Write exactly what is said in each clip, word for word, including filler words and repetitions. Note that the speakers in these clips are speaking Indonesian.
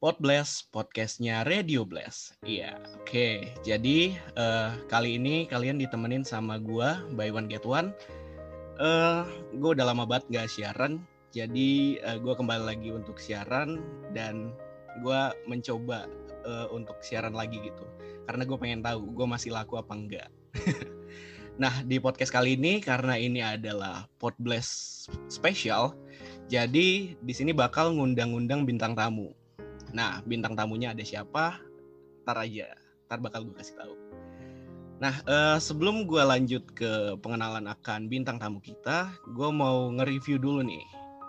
Pod Blast, podcastnya Radio Blast. Iya, oke. Okay. Jadi uh, kali ini kalian ditemenin sama gua, By One Get One. Uh, gue udah lama banget gak siaran, jadi uh, gue kembali lagi untuk siaran dan gue mencoba uh, untuk siaran lagi gitu. Karena gue pengen tahu gue masih laku apa enggak. Nah, di podcast kali ini karena ini adalah Pod Blast special, jadi di sini bakal ngundang-ngundang bintang tamu. Nah, bintang tamunya ada siapa? Ntar aja, ntar bakal gue kasih tahu. Nah, uh, sebelum gue lanjut ke pengenalan akan bintang tamu kita, gue mau nge-review dulu nih.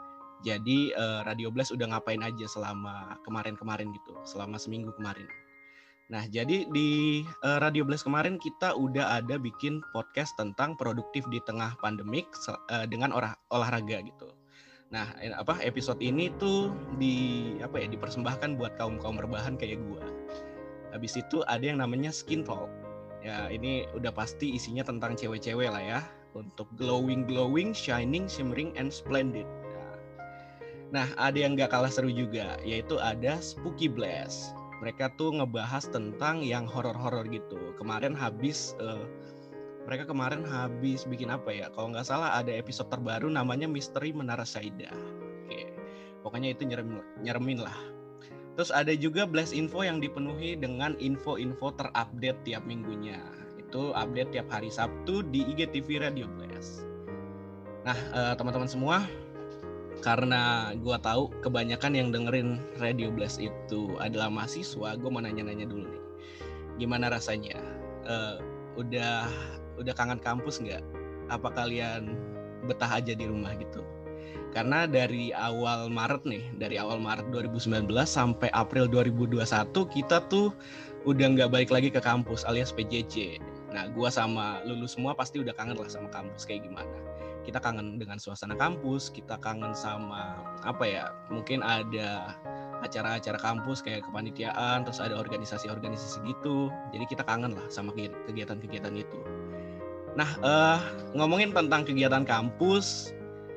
Jadi uh, Radio Blast udah ngapain aja selama kemarin-kemarin gitu, selama seminggu kemarin. Nah, jadi di uh, Radio Blast kemarin kita udah ada bikin podcast tentang produktif di tengah pandemik uh, dengan olah, olahraga gitu. Nah, apa episode ini tuh di apa ya dipersembahkan buat kaum-kaum rebahan kayak gue. Habis itu ada yang namanya Skin Talk. Ya, ini udah pasti isinya tentang cewek-cewek lah ya. Untuk glowing, glowing, shining, shimmering, and splendid. Nah, nah ada yang gak kalah seru juga, yaitu ada Spooky Blast. Mereka tuh ngebahas tentang yang horor-horor gitu. Kemarin habis, uh, mereka kemarin habis bikin apa ya? Kalau nggak salah ada episode terbaru namanya Misteri Menara Saida. Oke, pokoknya itu nyerem, nyeremin lah. Terus ada juga Blast Info yang dipenuhi dengan info-info terupdate tiap minggunya. Itu update tiap hari Sabtu di I G T V Radio Blast. Nah, eh, teman-teman semua, karena gue tahu kebanyakan yang dengerin Radio Blast itu adalah mahasiswa, gue mau nanya-nanya dulu nih. Gimana rasanya? Eh, udah udah kangen kampus nggak? Apa kalian betah aja di rumah gitu? Karena dari awal Maret nih, dari awal Maret dua ribu sembilan belas sampai April dua ribu dua puluh satu kita tuh udah nggak balik lagi ke kampus alias P J J. Nah, gua sama Lulu semua pasti udah kangen lah sama kampus kayak gimana. Kita kangen dengan suasana kampus, kita kangen sama apa ya? Mungkin ada acara-acara kampus kayak kepanitiaan, terus ada organisasi-organisasi gitu. Jadi kita kangen lah sama kegiatan-kegiatan itu. Nah, uh, ngomongin tentang kegiatan kampus,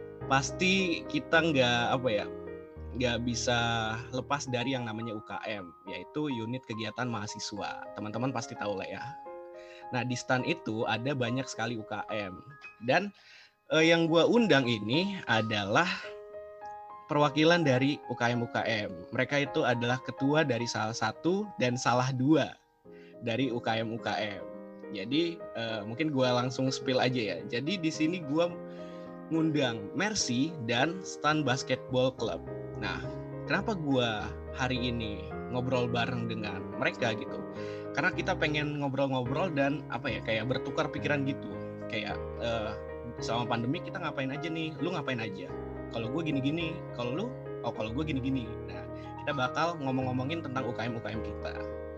pasti kita nggak apa ya nggak bisa lepas dari yang namanya U K M, yaitu unit kegiatan mahasiswa. Teman-teman pasti tahu lah ya. Nah, di stand itu ada banyak sekali U K M dan eh, yang gue undang ini adalah perwakilan dari U K M U K M. Mereka itu adalah ketua dari salah satu dan salah dua dari U K M U K M. Jadi eh, mungkin gue langsung spill aja ya. Jadi di sini gue ngundang Mercy dan Stan Basketball Club. Nah, kenapa gue hari ini ngobrol bareng dengan mereka gitu? Karena kita pengen ngobrol-ngobrol dan apa ya kayak bertukar pikiran gitu. Kayak uh, selama pandemi kita ngapain aja nih? Lu ngapain aja? Kalau gue gini-gini, kalau lu, oh kalau gue gini-gini. Nah, kita bakal ngomong-ngomongin tentang U K M U K M kita.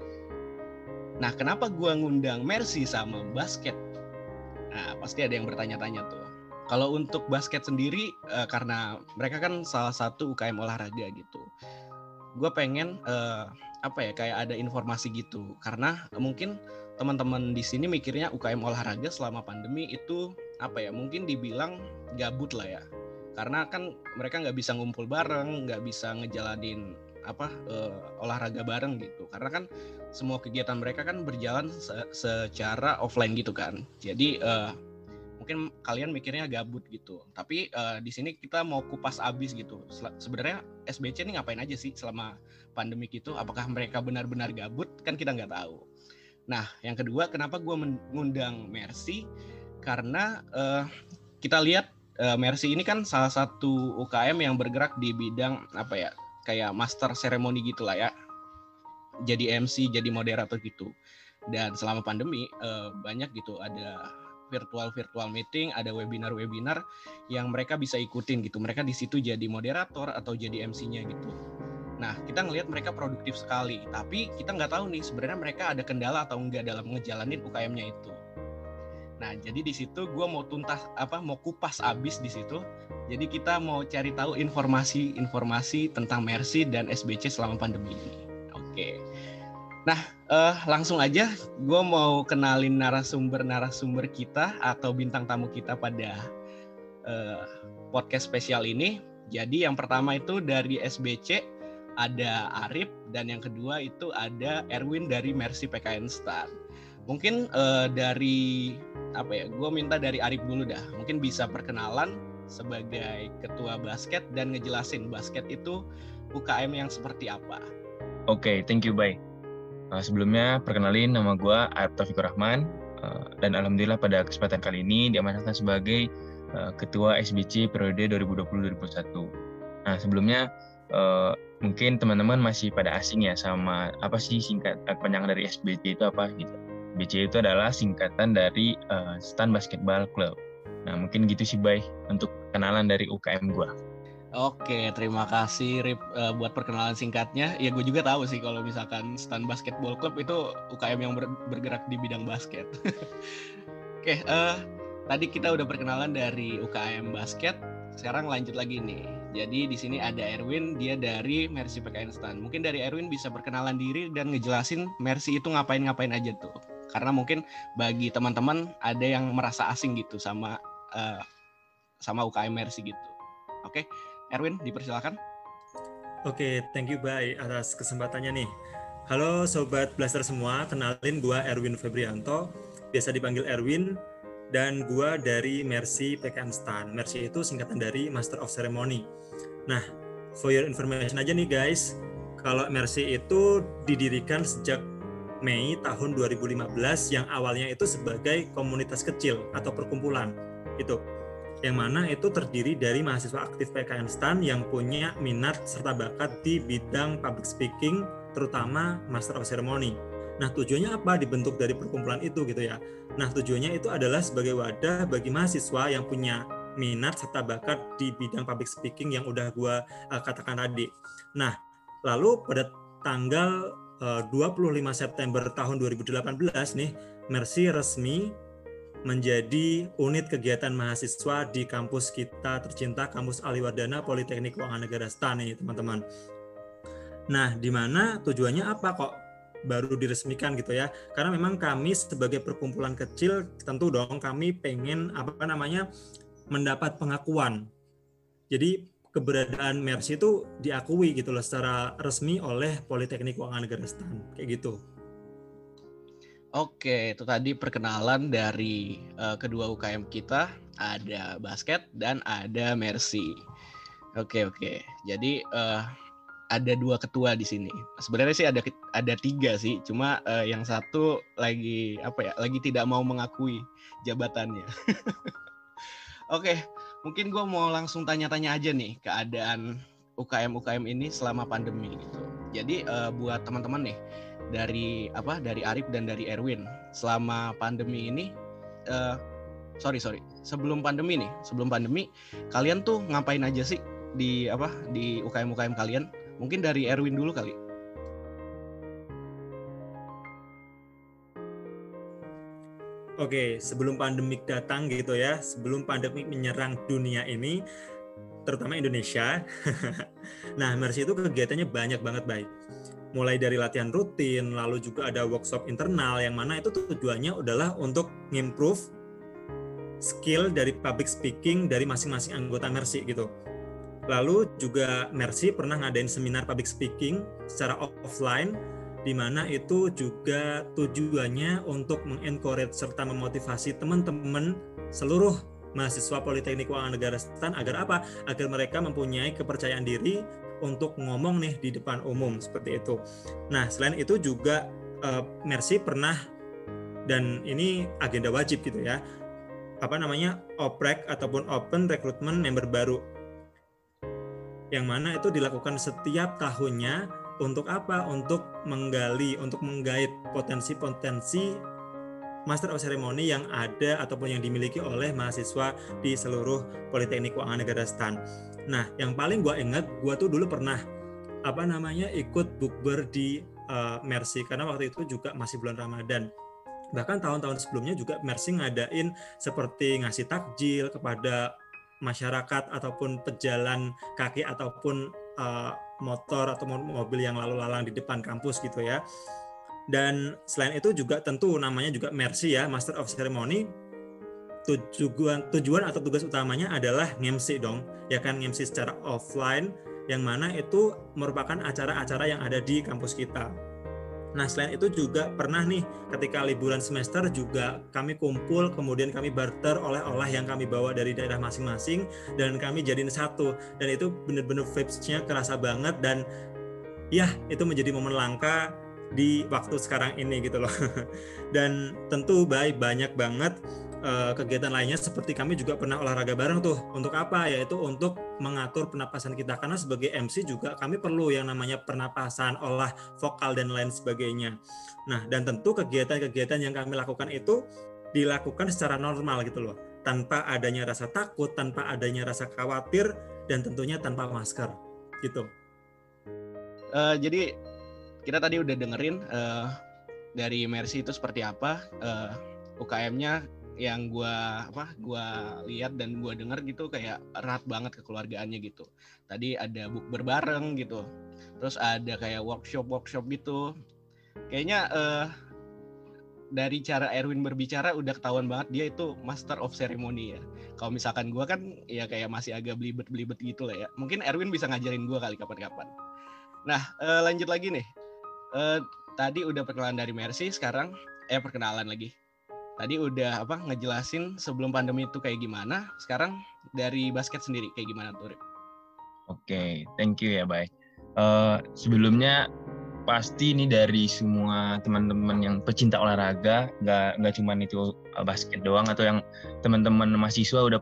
Nah, kenapa gue ngundang Mercy sama basket? Nah, pasti ada yang bertanya-tanya tuh. Kalau untuk basket sendiri, uh, karena mereka kan salah satu U K M olahraga gitu, gue pengen uh, apa ya kayak ada informasi gitu. Karena uh, mungkin teman-teman di sini mikirnya U K M olahraga selama pandemi itu apa ya? Mungkin dibilang gabut lah ya. Karena kan mereka nggak bisa ngumpul bareng, nggak bisa ngejalanin apa uh, olahraga bareng gitu. Karena kan semua kegiatan mereka kan berjalan se- secara offline gitu kan. Jadi uh, mungkin kalian mikirnya gabut gitu, tapi uh, di sini kita mau kupas abis gitu. Sel- sebenarnya S B C ini ngapain aja sih selama pandemik itu? Apakah mereka benar-benar gabut? Kan kita nggak tahu. Nah, yang kedua, kenapa gue mengundang Mercy? Karena uh, kita lihat uh, Mercy ini kan salah satu U K M yang bergerak di bidang apa ya, kayak master ceremony gitulah ya. Jadi M C, jadi moderator gitu. Dan selama pandemi uh, banyak gitu ada virtual-virtual meeting, ada webinar-webinar yang mereka bisa ikutin gitu. Mereka di situ jadi moderator atau jadi M C-nya gitu. Nah, kita ngelihat mereka produktif sekali, tapi kita nggak tahu nih sebenarnya mereka ada kendala atau enggak dalam ngejalanin U K M-nya itu. Nah, jadi di situ gue mau tuntas apa mau kupas abis di situ. Jadi kita mau cari tahu informasi-informasi tentang Mercy dan S B C selama pandemi ini. Oke. Nah, uh, langsung aja gue mau kenalin narasumber-narasumber kita atau bintang tamu kita pada uh, podcast spesial ini. Jadi yang pertama itu dari S B C ada Arif, dan yang kedua itu ada Erwin dari Mercy P K N Stan. Mungkin uh, dari apa ya? Gue minta dari Arif dulu dah. Mungkin bisa perkenalan sebagai ketua basket dan ngejelasin basket itu U K M yang seperti apa. Oke, okay, thank you, Bay. Uh, sebelumnya perkenalin, nama gue Arif Taufikur Rahman, uh, dan alhamdulillah pada kesempatan kali ini diamanahkan sebagai uh, ketua S B C periode dua ribu dua puluh sampai dua ribu dua puluh satu. Nah, sebelumnya uh, mungkin teman-teman masih pada asing ya sama apa sih singkat kepanjangan dari S B C itu apa gitu. S B C itu adalah singkatan dari uh, Stan Basketball Club. Nah, mungkin gitu sih, Bay, untuk kenalan dari U K M gue. Oke, terima kasih Rip uh, buat perkenalan singkatnya. Ya gue juga tahu sih kalau misalkan Stan Basketball Club itu U K M yang ber- bergerak di bidang basket. Oke, uh, tadi kita udah perkenalan dari U K M basket. Sekarang lanjut lagi nih. Jadi di sini ada Erwin, dia dari Mercy P K N Stan. Mungkin dari Erwin bisa perkenalan diri dan ngejelasin Mercy itu ngapain-ngapain aja tuh. Karena mungkin bagi teman-teman ada yang merasa asing gitu sama uh, sama U K M Mercy gitu. Oke, Erwin dipersilakan. Oke, thank you Bay atas kesempatannya nih. Halo Sobat Blaster semua, kenalin gua Erwin Febrianto, biasa dipanggil Erwin, dan gua dari Mercy P K N Stan. Mercy itu singkatan dari Master of Ceremony. Nah, for your information aja nih guys, kalau Mercy itu didirikan sejak Mei tahun dua ribu lima belas yang awalnya itu sebagai komunitas kecil atau perkumpulan itu, yang mana itu terdiri dari mahasiswa aktif P K N Stan yang punya minat serta bakat di bidang public speaking, terutama Master of Ceremony. Nah, tujuannya apa dibentuk dari perkumpulan itu gitu ya. Nah, tujuannya itu adalah sebagai wadah bagi mahasiswa yang punya minat serta bakat di bidang public speaking yang udah gua uh, katakan tadi. Nah, lalu pada tanggal uh, dua puluh lima September tahun dua ribu delapan belas nih, Mercy resmi menjadi unit kegiatan mahasiswa di kampus kita tercinta, Kampus Aliwardana Politeknik Keuangan Negara Stan nih teman-teman. Nah, di mana tujuannya apa kok baru diresmikan gitu ya? Karena memang kami sebagai perkumpulan kecil tentu dong kami pengen apa namanya mendapat pengakuan. Jadi keberadaan Mercy itu diakui gitu loh secara resmi oleh Politeknik Keuangan Negara Stan kayak gitu. Oke, itu tadi perkenalan dari uh, kedua U K M kita, ada basket dan ada Mercy. Oke oke, jadi uh, ada dua ketua di sini. Sebenarnya sih ada ada tiga sih, cuma uh, yang satu lagi apa ya, lagi tidak mau mengakui jabatannya. Oke, mungkin gue mau langsung tanya-tanya aja nih keadaan U K M U K M ini selama pandemi gitu. Jadi uh, buat teman-teman nih, dari apa dari Arif dan dari Erwin selama pandemi ini uh, sorry sorry sebelum pandemi nih sebelum pandemi kalian tuh ngapain aja sih di apa di U K M U K M kalian? Mungkin dari Erwin dulu kali. Oke, sebelum pandemik datang gitu ya, sebelum pandemik menyerang dunia ini, terutama Indonesia. Nah, Mercy itu kegiatannya banyak banget, baik. Mulai dari latihan rutin, lalu juga ada workshop internal yang mana itu tujuannya adalah untuk ngimprove skill dari public speaking dari masing-masing anggota Mercy gitu. Lalu juga Mercy pernah ngadain seminar public speaking secara offline, di mana itu juga tujuannya untuk mengencourage serta memotivasi teman-teman seluruh mahasiswa Politeknik Keuangan Negara Stan agar apa? Agar mereka mempunyai kepercayaan diri untuk ngomong nih di depan umum seperti itu. Nah, selain itu juga uh, Mercy pernah, dan ini agenda wajib gitu ya, apa namanya oprek ataupun open recruitment member baru, yang mana itu dilakukan setiap tahunnya untuk apa? Untuk menggali, untuk menggait potensi-potensi Master of Ceremony yang ada ataupun yang dimiliki oleh mahasiswa di seluruh Politeknik Keuangan Negara Stan. Nah, yang paling gue ingat, gue tuh dulu pernah apa namanya ikut bukber di uh, Mercy karena waktu itu juga masih bulan Ramadan. Bahkan tahun-tahun sebelumnya juga Mercy ngadain seperti ngasih takjil kepada masyarakat ataupun pejalan kaki ataupun uh, motor atau mobil yang lalu lalang di depan kampus gitu ya. Dan selain itu juga tentu namanya juga Mercy ya, Master of Ceremony, tujuan tujuan atau tugas utamanya adalah nge-M C dong, ya kan, nge-M C secara offline yang mana itu merupakan acara-acara yang ada di kampus kita. Nah, selain itu juga pernah nih ketika liburan semester juga kami kumpul, kemudian kami barter oleh-oleh yang kami bawa dari daerah masing-masing dan kami jadiin satu. Dan itu benar-benar vibes-nya kerasa banget dan ya itu menjadi momen langka di waktu sekarang ini gitu loh. Dan tentu baik banyak banget uh, kegiatan lainnya seperti kami juga pernah olahraga bareng tuh. Untuk apa? Yaitu untuk mengatur pernapasan kita, karena sebagai M C juga kami perlu yang namanya pernapasan, olah vokal dan lain sebagainya. Nah, dan tentu kegiatan-kegiatan yang kami lakukan itu dilakukan secara normal gitu loh, tanpa adanya rasa takut, tanpa adanya rasa khawatir, dan tentunya tanpa masker gitu. Uh, jadi kita tadi udah dengerin uh, dari Mercy itu seperti apa uh, U K M-nya yang gue apa gue lihat dan gue dengar gitu kayak erat banget kekeluargaannya gitu. Tadi ada bukber bareng gitu, terus ada kayak workshop workshop gitu. Kayaknya uh, dari cara Erwin berbicara udah ketahuan banget dia itu master of ceremony ya. Kalau misalkan gue kan ya kayak masih agak belibet-belibet gitu lah ya. Mungkin Erwin bisa ngajarin gue kali kapan-kapan. Nah uh, lanjut lagi nih. Uh, tadi udah perkenalan dari Mercy, sekarang eh perkenalan lagi. Tadi udah apa ngejelasin sebelum pandemi itu kayak gimana. Sekarang dari basket sendiri kayak gimana tuh, Rip? Oke, okay, thank you ya, Bay. Uh, sebelumnya pasti ini dari semua teman-teman yang pecinta olahraga, nggak nggak cuma itu basket doang, atau yang teman-teman mahasiswa udah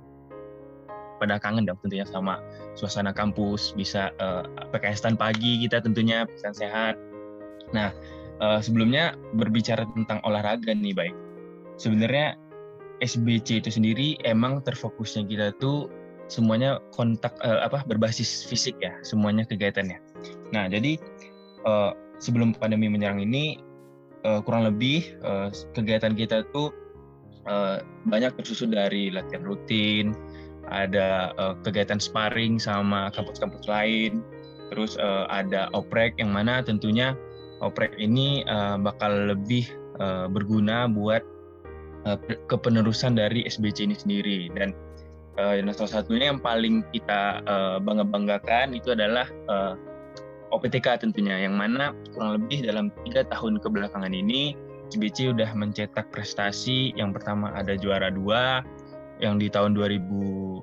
pada kangen dong tentunya sama suasana kampus, bisa uh, P K S-an pagi kita tentunya, pesan sehat. Nah, uh, sebelumnya berbicara tentang olahraga nih, Bay. Sebenarnya S B C itu sendiri emang terfokusnya kita tuh semuanya kontak uh, apa berbasis fisik ya, semuanya kegiatannya. Nah, jadi uh, sebelum pandemi menyerang ini uh, kurang lebih uh, kegiatan kita tuh uh, banyak tersusun dari latihan rutin, ada uh, kegiatan sparring sama kampus-kampus lain, terus uh, ada oprek yang mana tentunya oprek ini uh, bakal lebih uh, berguna buat uh, kepenerusan dari S B C ini sendiri. Dan uh, salah satunya yang paling kita uh, bangga-banggakan itu adalah uh, O P T K tentunya, yang mana kurang lebih dalam tiga tahun kebelakangan ini S B C udah mencetak prestasi. Yang pertama ada juara dua, yang di tahun dua ribu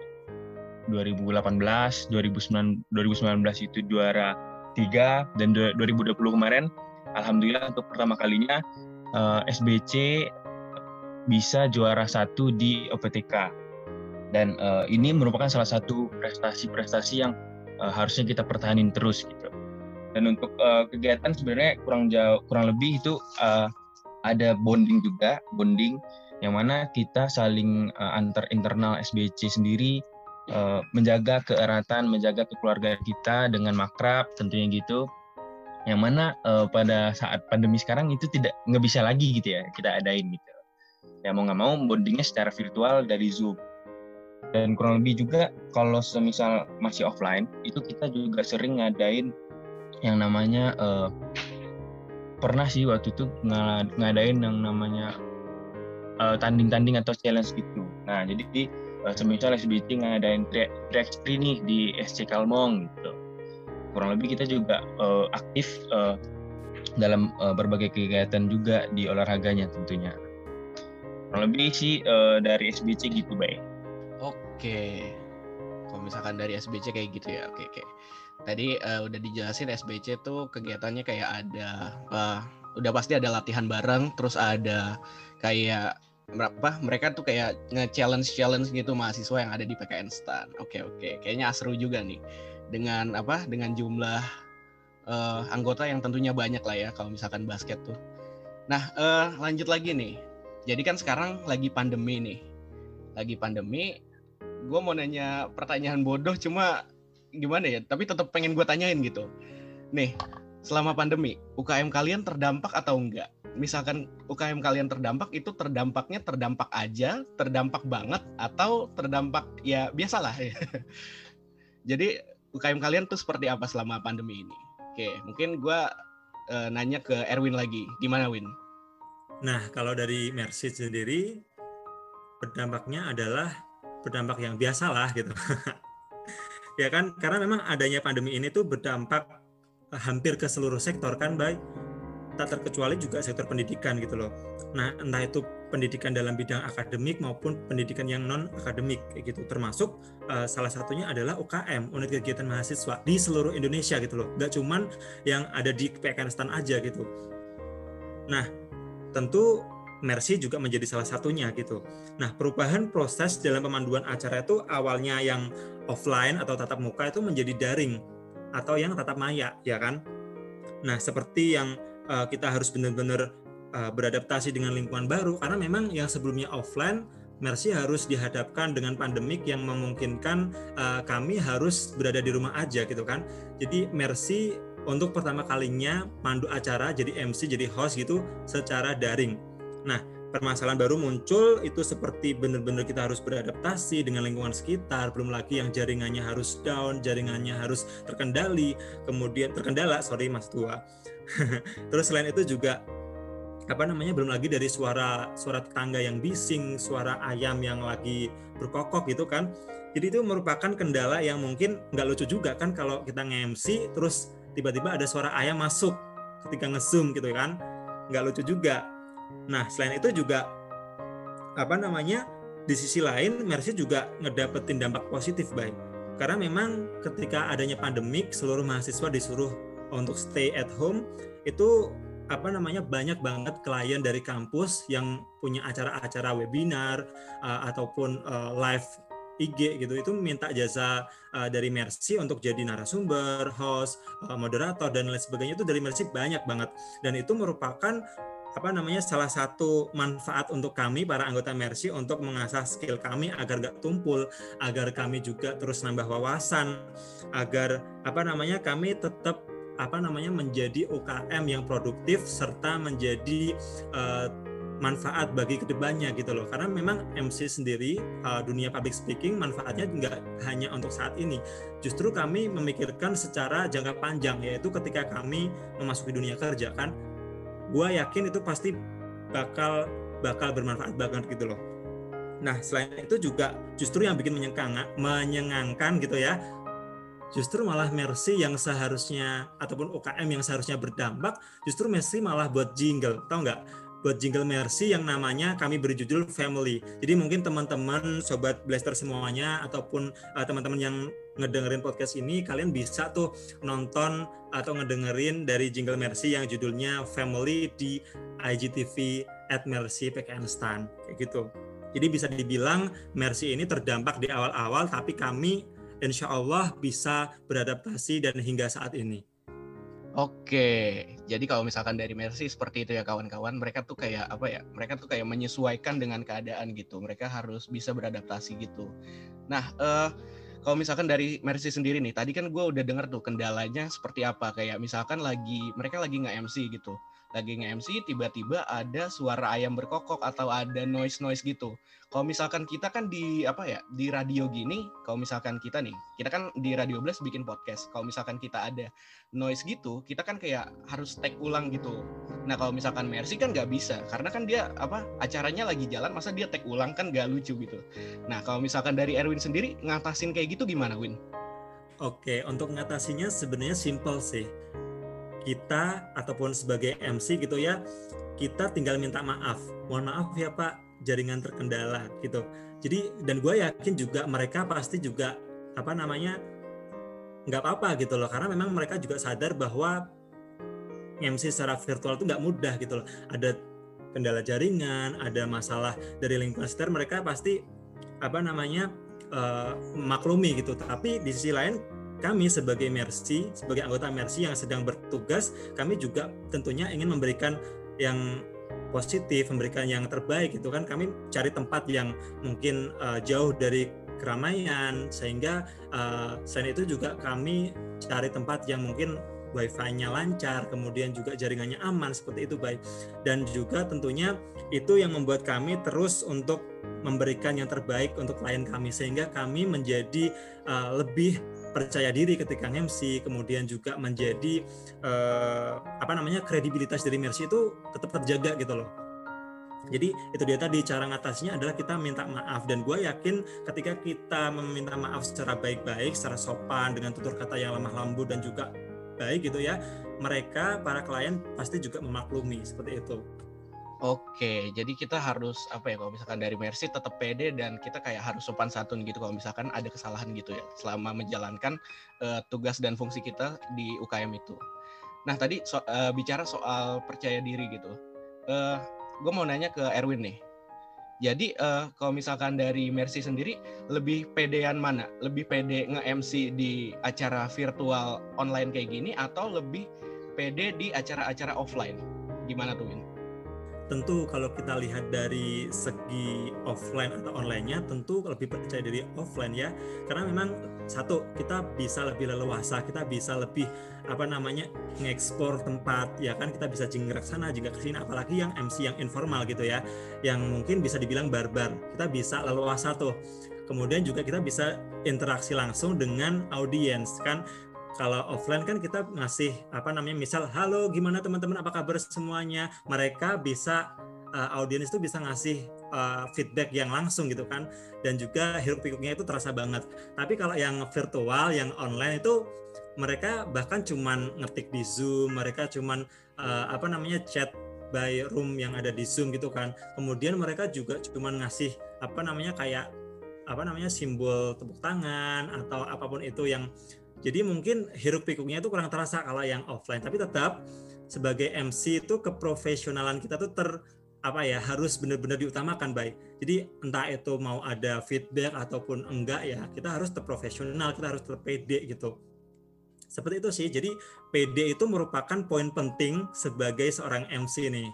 delapan belas, dua ribu sembilan belas itu juara tiga, dan dua ribu dua puluh kemarin alhamdulillah untuk pertama kalinya uh, S B C bisa juara satu di O P T K. Dan uh, ini merupakan salah satu prestasi-prestasi yang uh, harusnya kita pertahanin terus gitu. Dan untuk uh, kegiatan sebenarnya kurang jauh kurang lebih itu uh, ada bonding juga, bonding yang mana kita saling uh, antar internal S B C sendiri uh, menjaga keeratan, menjaga kekeluargaan kita dengan makrab tentunya gitu. Yang mana uh, pada saat pandemi sekarang itu tidak nggak bisa lagi gitu ya kita adain gitu. Ya mau nggak mau bondingnya secara virtual dari Zoom. Dan kurang lebih juga kalau semisal masih offline itu kita juga sering ngadain yang namanya uh, pernah sih waktu itu ngadain yang namanya uh, tanding-tanding atau challenge gitu. Nah jadi uh, semisal S B C ngadain track free nih di S C Kalmong gitu. Kurang lebih kita juga uh, aktif uh, dalam uh, berbagai kegiatan juga di olahraganya tentunya. Kurang lebih sih uh, dari S B C gitu, Bay. Oke. Kalau misalkan dari S B C kayak gitu ya, oke oke. Tadi uh, udah dijelasin S B C tuh kegiatannya kayak ada, uh, udah pasti ada latihan bareng, terus ada kayak berapa mereka tuh kayak nge-challenge challenge gitu mahasiswa yang ada di P K N STAN. Oke oke, kayaknya seru juga nih. Dengan apa dengan jumlah uh, anggota yang tentunya banyak lah ya kalau misalkan basket tuh. Nah uh, lanjut lagi nih, jadi kan sekarang lagi pandemi nih, lagi pandemi. Gue mau nanya pertanyaan bodoh cuma gimana ya, tapi tetap pengen gue tanyain gitu. Nih selama pandemi U K M kalian terdampak atau enggak? Misalkan U K M kalian terdampak, itu terdampaknya terdampak aja, terdampak banget, atau terdampak ya biasalah ya. Jadi U K M kalian tuh seperti apa selama pandemi ini? Oke, mungkin gue uh, nanya ke Erwin lagi. Gimana, Win? Nah, kalau dari Mercy sendiri, berdampaknya adalah berdampak yang biasa lah gitu. ya kan, karena memang adanya pandemi ini tuh berdampak hampir ke seluruh sektor kan, baik tak terkecuali juga sektor pendidikan gitu loh. Nah, entah itu pendidikan dalam bidang akademik maupun pendidikan yang non akademik kayak gitu, termasuk uh, salah satunya adalah U K M, unit kegiatan mahasiswa di seluruh Indonesia gitu loh, nggak cuman yang ada di P K N STAN aja gitu. Nah, tentu Mercy juga menjadi salah satunya gitu. Nah, perubahan proses dalam pemanduan acara itu awalnya yang offline atau tatap muka itu menjadi daring atau yang tatap maya, ya kan? Nah, seperti yang uh, kita harus benar-benar uh, beradaptasi dengan lingkungan baru, karena memang yang sebelumnya offline, Mercy harus dihadapkan dengan pandemik yang memungkinkan uh, kami harus berada di rumah aja gitu kan. Jadi Mercy untuk pertama kalinya mandu acara, jadi M C, jadi host gitu secara daring. Nah, permasalahan baru muncul itu seperti benar-benar kita harus beradaptasi dengan lingkungan sekitar, belum lagi yang jaringannya harus down, jaringannya harus terkendali, kemudian terkendala, sorry mas tua. Terus selain itu juga apa namanya belum lagi dari suara suara tetangga yang bising, suara ayam yang lagi berkokok gitu kan. Jadi itu merupakan kendala yang mungkin nggak lucu juga kan kalau kita nge-M C terus tiba-tiba ada suara ayam masuk ketika nge-zoom gitu kan, nggak lucu juga. Nah, selain itu juga apa namanya di sisi lain Mercy juga ngedapetin dampak positif, baik. Karena memang ketika adanya pandemik, seluruh mahasiswa disuruh untuk stay at home, itu apa namanya banyak banget klien dari kampus yang punya acara-acara webinar uh, ataupun uh, live I G gitu, itu minta jasa uh, dari Mercy untuk jadi narasumber, host, uh, moderator dan lain sebagainya. Itu dari Mercy banyak banget, dan itu merupakan apa namanya salah satu manfaat untuk kami para anggota Mercy untuk mengasah skill kami agar gak tumpul, agar kami juga terus nambah wawasan, agar apa namanya kami tetap apa namanya menjadi U K M yang produktif serta menjadi uh, manfaat bagi kedepannya gitu loh. Karena memang M C sendiri uh, dunia public speaking manfaatnya nggak hanya untuk saat ini, justru kami memikirkan secara jangka panjang, yaitu ketika kami memasuki dunia kerja kan, gue yakin itu pasti bakal bakal bermanfaat banget gitu loh. Nah, selain itu juga justru yang bikin menyengangkan gitu ya, justru malah Mercy yang seharusnya ataupun U K M yang seharusnya berdampak, justru Mercy malah buat jingle, tau nggak? Buat jingle Mercy yang namanya kami beri judul Family. Jadi mungkin teman-teman sobat Blaster semuanya ataupun uh, teman-teman yang ngedengerin podcast ini, kalian bisa tuh nonton atau ngedengerin dari jingle Mercy yang judulnya Family di I G T V at Mercy P K N STAN kayak gitu. Jadi bisa dibilang Mercy ini terdampak di awal-awal, tapi kami insya Allah bisa beradaptasi dan hingga saat ini. Oke, jadi kalau misalkan dari Mercy seperti itu ya kawan-kawan, mereka tuh kayak apa ya? Mereka tuh kayak menyesuaikan dengan keadaan gitu. Mereka harus bisa beradaptasi gitu. Nah, uh, kalau misalkan dari Mercy sendiri nih, tadi kan gue udah denger tuh kendalanya seperti apa. Kayak misalkan lagi mereka lagi nge-M C gitu. Lagi nge-M C tiba-tiba ada suara ayam berkokok atau ada noise-noise gitu. Kalau misalkan kita kan di apa ya, di radio gini, kalau misalkan kita nih, kita kan di Radio Blast bikin podcast. Kalau misalkan kita ada noise gitu, kita kan kayak harus take ulang gitu. Nah, kalau misalkan Mercy kan nggak bisa, karena kan dia apa acaranya lagi jalan, masa dia take ulang kan nggak lucu gitu. Nah, kalau misalkan dari Erwin sendiri ngatasin kayak gitu gimana, Win? Oke, untuk ngatasinya sebenarnya simple sih. Kita ataupun sebagai M C gitu ya, kita tinggal minta maaf. Mohon maaf ya Pak, jaringan terkendala gitu. Jadi dan gue yakin juga mereka pasti juga apa namanya nggak apa-apa gitu loh, karena memang mereka juga sadar bahwa M C secara virtual itu nggak mudah gitu loh. Ada kendala jaringan, ada masalah dari lingkungan sekitar, mereka pasti apa namanya uh, maklumi gitu. Tapi di sisi lain kami sebagai Mercy, sebagai anggota Mercy yang sedang bertugas, kami juga tentunya ingin memberikan yang positif, memberikan yang terbaik gitu kan. Kami cari tempat yang mungkin uh, jauh dari keramaian, sehingga uh, selain itu juga kami cari tempat yang mungkin wifi-nya lancar, kemudian juga jaringannya aman, seperti itu baik. Dan juga tentunya itu yang membuat kami terus untuk memberikan yang terbaik untuk klien kami, sehingga kami menjadi uh, lebih percaya diri ketika M C, kemudian juga menjadi uh, apa namanya kredibilitas dari Mercy itu tetap terjaga gitu loh. Jadi itu dia tadi, cara ngatasinya adalah kita minta maaf, dan gue yakin ketika kita meminta maaf secara baik-baik, secara sopan dengan tutur kata yang lemah lembut dan juga baik gitu ya, mereka para klien pasti juga memaklumi seperti itu. Oke, jadi kita harus apa ya, kalau misalkan dari Mercy tetap pede dan kita kayak harus sopan santun gitu kalau misalkan ada kesalahan gitu ya selama menjalankan uh, tugas dan fungsi kita di U K M itu. Nah tadi so, uh, bicara soal percaya diri gitu. Uh, gue mau nanya ke Erwin nih. Jadi uh, kalau misalkan dari Mercy sendiri lebih pedean mana? Lebih pede nge-M C di acara virtual online kayak gini atau lebih pede di acara-acara offline? Gimana tuh Win? Tentu kalau kita lihat dari segi offline atau online-nya, tentu lebih percaya diri offline ya, karena memang satu, kita bisa lebih leluasa, kita bisa lebih apa namanya ngekspor tempat ya kan, kita bisa jingkrak sana jingkrak kesini, apalagi yang M C yang informal gitu ya, yang mungkin bisa dibilang barbar, kita bisa leluasa tuh. Kemudian juga kita bisa interaksi langsung dengan audiens kan. Kalau offline kan kita ngasih apa namanya, misal halo gimana teman-teman, apa kabar semuanya, mereka bisa uh, audiens itu bisa ngasih uh, feedback yang langsung gitu kan, dan juga hiruk pikuknya itu terasa banget. Tapi kalau yang virtual, yang online itu mereka bahkan cuman ngetik di Zoom, mereka cuman uh, apa namanya chat by room yang ada di Zoom gitu kan. Kemudian mereka juga cuman ngasih apa namanya kayak apa namanya simbol tepuk tangan atau apapun itu yang, jadi mungkin hiruk pikuknya itu kurang terasa kalau yang offline. Tapi tetap sebagai M C itu keprofesionalan kita tuh ter apa ya, harus benar-benar diutamakan, baik. Jadi entah itu mau ada feedback ataupun enggak ya, kita harus tetap profesional, kita harus tetap pede gitu. Seperti itu sih. Jadi pede itu merupakan poin penting sebagai seorang M C nih.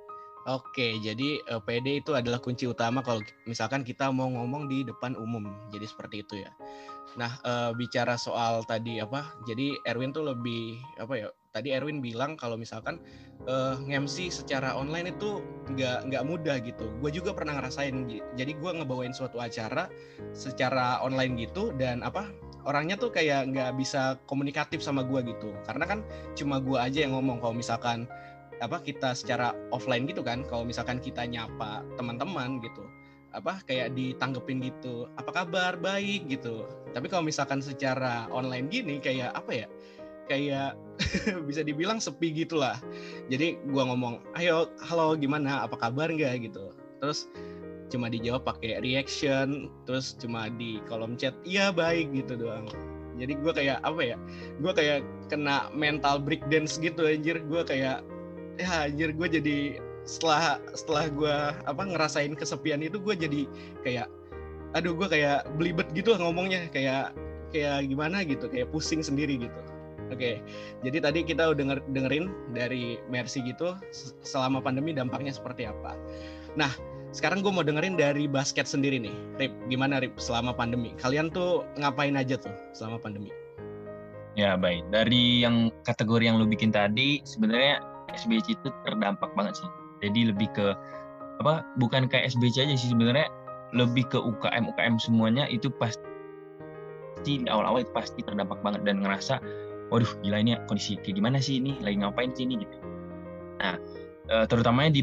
Oke, jadi uh, P D itu adalah kunci utama kalau misalkan kita mau ngomong di depan umum. Jadi seperti itu ya. Nah, uh, bicara soal tadi apa? Jadi Erwin tuh lebih apa ya? Tadi Erwin bilang kalau misalkan uh, nge-M C secara online itu nggak nggak mudah gitu. Gue juga pernah ngerasain. Jadi gue ngebawain suatu acara secara online gitu, dan apa? Orangnya tuh kayak nggak bisa komunikatif sama gue gitu. Karena kan cuma gue aja yang ngomong. Kalau misalkan apa kita secara offline gitu kan, kalau misalkan kita nyapa teman-teman gitu, apa kayak ditanggepin gitu, apa kabar, baik gitu. Tapi kalau misalkan secara online gini kayak apa ya, kayak bisa dibilang sepi gitulah. Jadi gua ngomong, ayo halo gimana, apa kabar nggak gitu, terus cuma dijawab pakai reaction, terus cuma di kolom chat iya baik gitu doang. Jadi gue kayak apa ya, gue kayak kena mental breakdance gitu anjir. Gue kayak ya anjir, gue jadi setelah setelah gue apa ngerasain kesepian itu, gue jadi kayak aduh, gue kayak belibet gitu ngomongnya, kayak kayak gimana gitu, kayak pusing sendiri gitu. Oke, jadi tadi kita udah denger, dengerin dari Mercy gitu selama pandemi dampaknya seperti apa. Nah, sekarang gue mau dengerin dari basket sendiri nih. Rip, gimana Rip selama pandemi? Kalian tuh ngapain aja tuh selama pandemi? Ya baik, dari yang kategori yang lu bikin tadi, sebenarnya S B C itu terdampak banget sih. Jadi lebih ke apa? Bukan kayak S B C aja sih sebenarnya, lebih ke U K M U K M semuanya itu pasti di awal-awal itu pasti terdampak banget dan ngerasa, waduh gila ini kondisi kayak gimana sih ini, lagi ngapain sih ini gitu. Nah, terutamanya di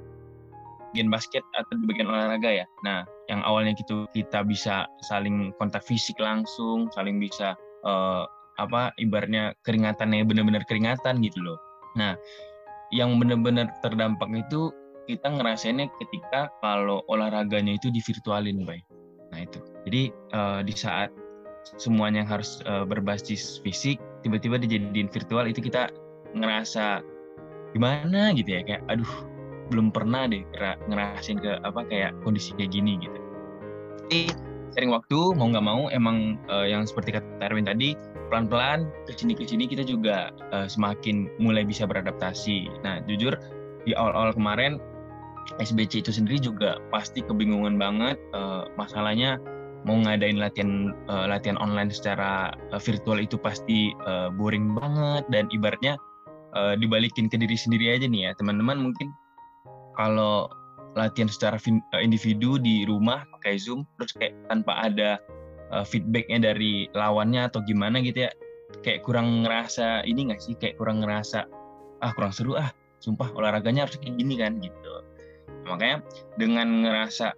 bagian basket atau di bagian olahraga ya. Nah, yang awalnya gitu kita bisa saling kontak fisik langsung, saling bisa uh, apa ibaratnya keringatannya benar-benar keringatan gitu loh. Nah, yang benar-benar terdampak itu kita ngerasainnya ketika kalau olahraganya itu divirtualin, Bay. Nah itu. Jadi uh, di saat semuanya harus uh, berbasis fisik, tiba-tiba dijadiin virtual, itu kita ngerasa gimana gitu ya, kayak aduh belum pernah deh ngerasain ke apa kayak kondisi kayak gini gitu. Jadi sering waktu mau nggak mau emang uh, yang seperti kata Erwin tadi, pelan-pelan kesini-kesini kita juga uh, semakin mulai bisa beradaptasi. Nah jujur di awal-awal kemarin S B C itu sendiri juga pasti kebingungan banget, uh, masalahnya mau ngadain latihan uh, latihan online secara uh, virtual itu pasti uh, boring banget, dan ibaratnya uh, dibalikin ke diri sendiri aja nih ya teman-teman, mungkin kalau latihan secara individu di rumah pakai Zoom terus kayak tanpa ada uh, feedbacknya dari lawannya atau gimana gitu ya, kayak kurang ngerasa ini nggak sih, kayak kurang ngerasa ah kurang seru ah, sumpah olahraganya harus kayak gini kan gitu. Makanya dengan ngerasa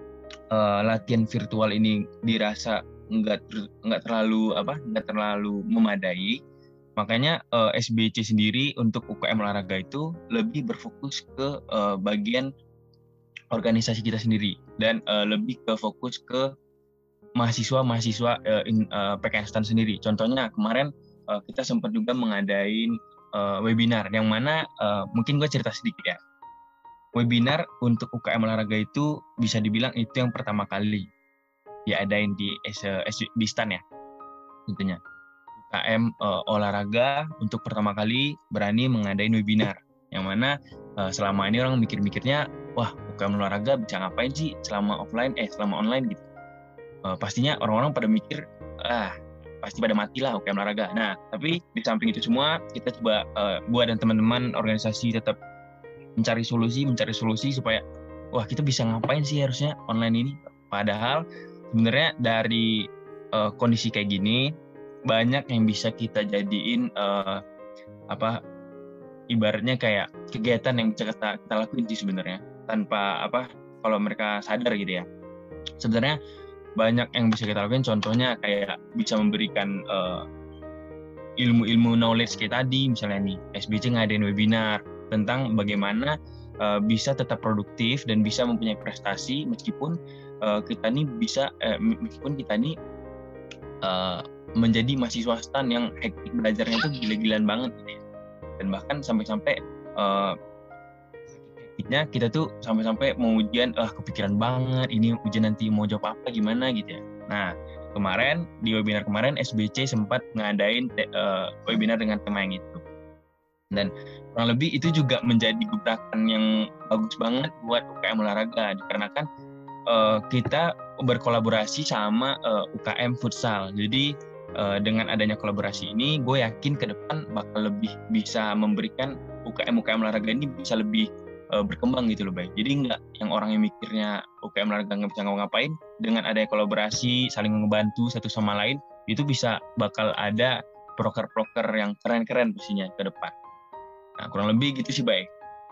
uh, latihan virtual ini dirasa nggak nggak terlalu apa nggak terlalu memadai, makanya uh, S B C sendiri untuk U K M olahraga itu lebih berfokus ke uh, bagian organisasi kita sendiri dan uh, lebih ke fokus ke mahasiswa-mahasiswa uh, in, uh, P K S T A N sendiri. Contohnya kemarin uh, kita sempat juga mengadain uh, webinar yang mana uh, mungkin gue cerita sedikit ya. Webinar untuk U K M olahraga itu bisa dibilang itu yang pertama kali diadain di S, di S T A N ya tentunya. U K M uh, olahraga untuk pertama kali berani mengadain webinar yang mana uh, selama ini orang mikir-mikirnya wah U K M olahraga bisa ngapain sih selama offline eh selama online gitu. Uh, pastinya orang-orang pada mikir ah pasti pada matilah U K M olahraga. Nah, tapi di samping itu semua kita coba uh, gua dan teman-teman organisasi tetap mencari solusi, mencari solusi supaya wah kita bisa ngapain sih harusnya online ini. Padahal sebenarnya dari uh, kondisi kayak gini banyak yang bisa kita jadiin uh, apa ibaratnya kayak kegiatan yang bisa kita, kita lakuin sih sebenarnya tanpa apa kalau mereka sadar gitu ya. Sebenarnya banyak yang bisa kita lakuin, contohnya kayak bisa memberikan uh, ilmu-ilmu knowledge kayak tadi, misalnya nih S B C ngadain webinar tentang bagaimana uh, bisa tetap produktif dan bisa mempunyai prestasi meskipun uh, kita nih bisa uh, meskipun kita nih uh, menjadi mahasiswa S T A N yang hektik belajarnya itu gila-gilaan banget gitu ya. Dan bahkan sampai-sampai uh, hektiknya kita tuh sampai-sampai mau ujian ah uh, kepikiran banget ini ujian nanti mau jawab apa gimana gitu ya. Nah, kemarin di webinar kemarin S B C sempat ngadain uh, webinar dengan tema yang itu. Dan kurang lebih itu juga menjadi gebrakan yang bagus banget buat U K M olahraga dikarenakan uh, kita berkolaborasi sama uh, U K M futsal. Jadi uh, dengan adanya kolaborasi ini gue yakin ke depan bakal lebih bisa memberikan U K M U K M olahraga ini bisa lebih uh, berkembang gitu loh, Bay. Jadi nggak yang orang yang mikirnya U K M olahraga nggak bisa ngapain, dengan adanya kolaborasi saling membantu satu sama lain itu bisa bakal ada proker-proker yang keren-keren pastinya ke depan. Nah, kurang lebih gitu sih, Bay.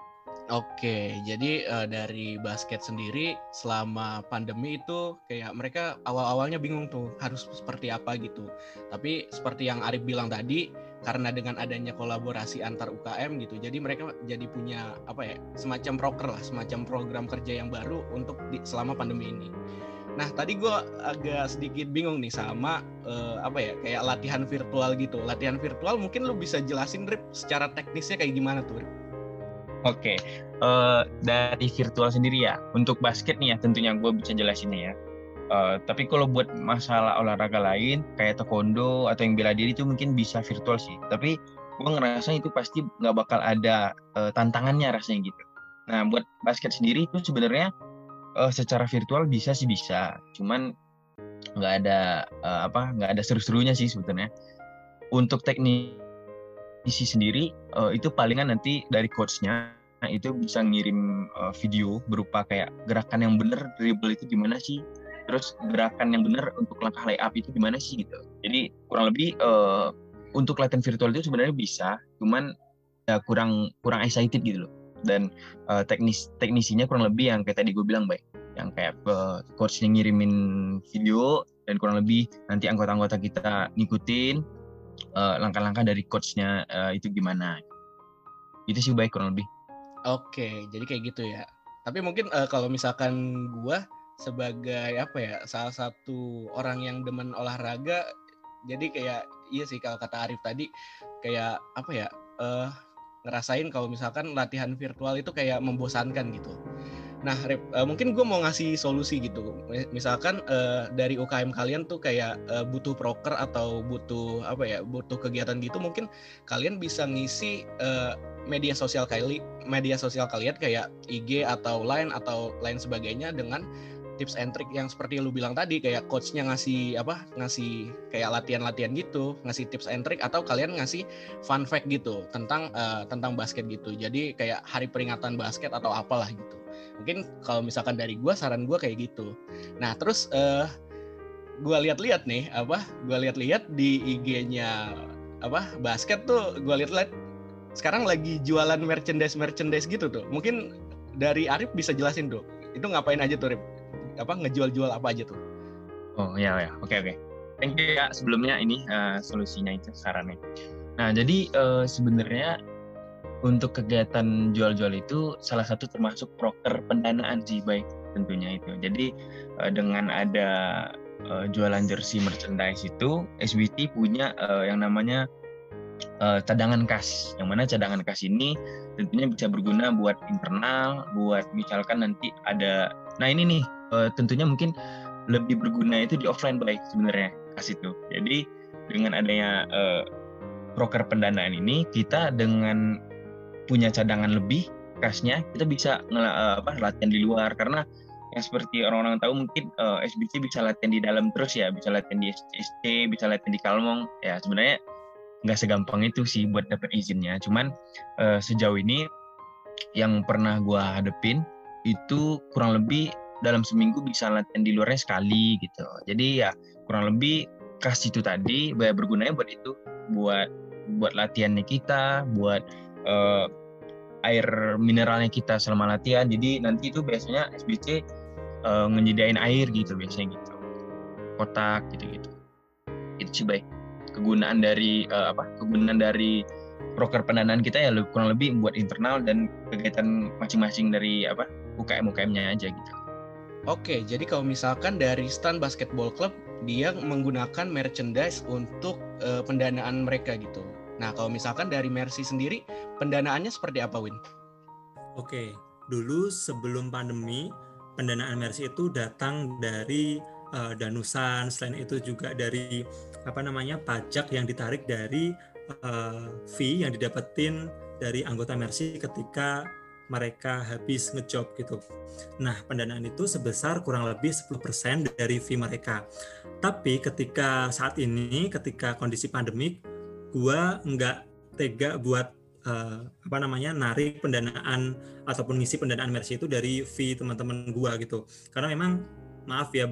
Oke, jadi uh, dari basket sendiri selama pandemi itu kayak mereka awal-awalnya bingung tuh harus seperti apa gitu. Tapi seperti yang Arif bilang tadi, karena dengan adanya kolaborasi antar U K M gitu, jadi mereka jadi punya apa ya, semacam proker lah, semacam program kerja yang baru untuk di, selama pandemi ini. Nah, tadi gue agak sedikit bingung nih sama uh, apa ya, kayak latihan virtual gitu. Latihan virtual mungkin lu bisa jelasin, Rip, secara teknisnya kayak gimana tuh, Rip? Oke, uh, dari virtual sendiri ya, untuk basket nih ya tentunya gue bisa jelasinnya ya. Uh, tapi kalau buat masalah olahraga lain, kayak taekwondo atau yang bela diri itu mungkin bisa virtual sih. Tapi gue ngerasa itu pasti nggak bakal ada uh, tantangannya rasanya gitu. Nah, buat basket sendiri itu sebenarnya Uh, secara virtual bisa sih bisa, cuman nggak ada uh, apa nggak ada seru-serunya sih sebetulnya. Untuk teknisi sendiri uh, itu palingan nanti dari coachnya nah, itu bisa ngirim uh, video berupa kayak gerakan yang benar dribble itu gimana sih, terus gerakan yang benar untuk langkah layup itu gimana sih gitu. Jadi kurang lebih uh, untuk latihan virtual itu sebenarnya bisa, cuman ya kurang kurang excited gitu loh. Dan uh, teknis teknisinya kurang lebih yang kayak tadi gue bilang, baik, yang kayak uh, coachnya ngirimin video dan kurang lebih nanti anggota-anggota kita ngikutin uh, langkah-langkah dari coachnya uh, itu gimana. Itu sih baik kurang lebih. Oke, jadi kayak gitu ya. Tapi mungkin uh, kalau misalkan gue sebagai apa ya, salah satu orang yang demen olahraga, jadi kayak iya sih kalau kata Arif tadi kayak apa ya, uh, ngerasain kalau misalkan latihan virtual itu kayak membosankan gitu. Nah, Rip, uh, mungkin gue mau ngasih solusi gitu. Misalkan uh, dari U K M kalian tuh kayak uh, butuh proker atau butuh apa ya, butuh kegiatan gitu, mungkin kalian bisa ngisi uh, media sosial kali, media sosial kalian kayak I G atau Line atau lain sebagainya dengan tips and trick yang seperti lu bilang tadi, kayak coachnya ngasih apa ngasih kayak latihan-latihan gitu, ngasih tips and trick, atau kalian ngasih fun fact gitu tentang uh, tentang basket gitu. Jadi kayak hari peringatan basket atau apalah gitu. Mungkin kalau misalkan dari gue, saran gue kayak gitu. Nah terus uh, gue lihat-lihat nih apa gue lihat-lihat di I G-nya apa basket tuh, gue lihat-lihat sekarang lagi jualan merchandise merchandise gitu tuh. Mungkin dari Arif bisa jelasin dong. Itu ngapain aja tuh Rip? Apa ngejual-jual apa aja tuh? Oh ya ya, oke oke. Thank you ya sebelumnya ini uh, solusinya itu sarannya. Nah jadi uh, sebenarnya untuk kegiatan jual-jual itu salah satu termasuk broker pendanaan sih baik tentunya itu. Jadi uh, dengan ada uh, jualan jersey merchandise itu S B T punya uh, yang namanya uh, cadangan kas. Yang mana cadangan kas ini tentunya bisa berguna buat internal, buat misalkan nanti ada. Nah ini nih uh, tentunya mungkin lebih berguna itu di offline baik sebenarnya kas itu. Jadi dengan adanya uh, broker pendanaan ini, kita dengan punya cadangan lebih kasnya, kita bisa ngel- uh, apa latihan di luar. Karena yang seperti orang-orang tahu mungkin uh, S B C bisa latihan di dalam terus ya, bisa latihan di S C, bisa latihan di Kalmong. Ya sebenarnya nggak segampang itu sih buat dapat izinnya. Cuman uh, sejauh ini yang pernah gua hadepin itu kurang lebih dalam seminggu bisa latihan di luarnya sekali gitu. Jadi ya kurang lebih kas itu tadi bergunanya buat itu, buat buat latihannya kita, buat uh, air mineralnya kita selama latihan. Jadi nanti itu biasanya S B C uh, menyediain air gitu biasanya gitu, kotak gitu-gitu. Itu sih baik kegunaan dari uh, apa? Kegunaan dari broker pendanaan kita ya kurang lebih buat internal dan kegiatan masing-masing dari apa U K M U K M-nya aja gitu. Oke, jadi kalau misalkan dari Stan Basketball Club dia menggunakan merchandise untuk uh, pendanaan mereka gitu. Nah, kalau misalkan dari Mercy sendiri pendanaannya seperti apa, Win? Oke, dulu sebelum pandemi pendanaan Mercy itu datang dari uh, danusan, selain itu juga dari apa namanya pajak yang ditarik dari uh, fee yang didapetin dari anggota Mercy ketika mereka habis ngejob gitu. Nah, pendanaan itu sebesar kurang lebih sepuluh persen dari fee mereka. Tapi ketika saat ini, ketika kondisi pandemik, gua nggak tega buat uh, apa namanya narik pendanaan ataupun ngisi pendanaan Mercy itu dari fee teman-teman gua gitu. Karena memang maaf ya,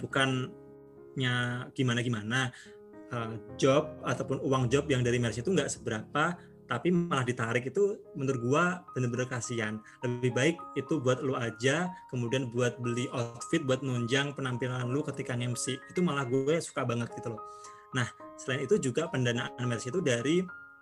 bukannya gimana-gimana, uh, job ataupun uang job yang dari Mercy itu nggak seberapa, tapi malah ditarik itu menurut gua bener-bener kasihan. Lebih baik itu buat lu aja, kemudian buat beli outfit buat nunjang penampilan lu ketika M C. Itu malah gue suka banget gitu loh. Nah, selain itu juga pendanaan Mercy itu dari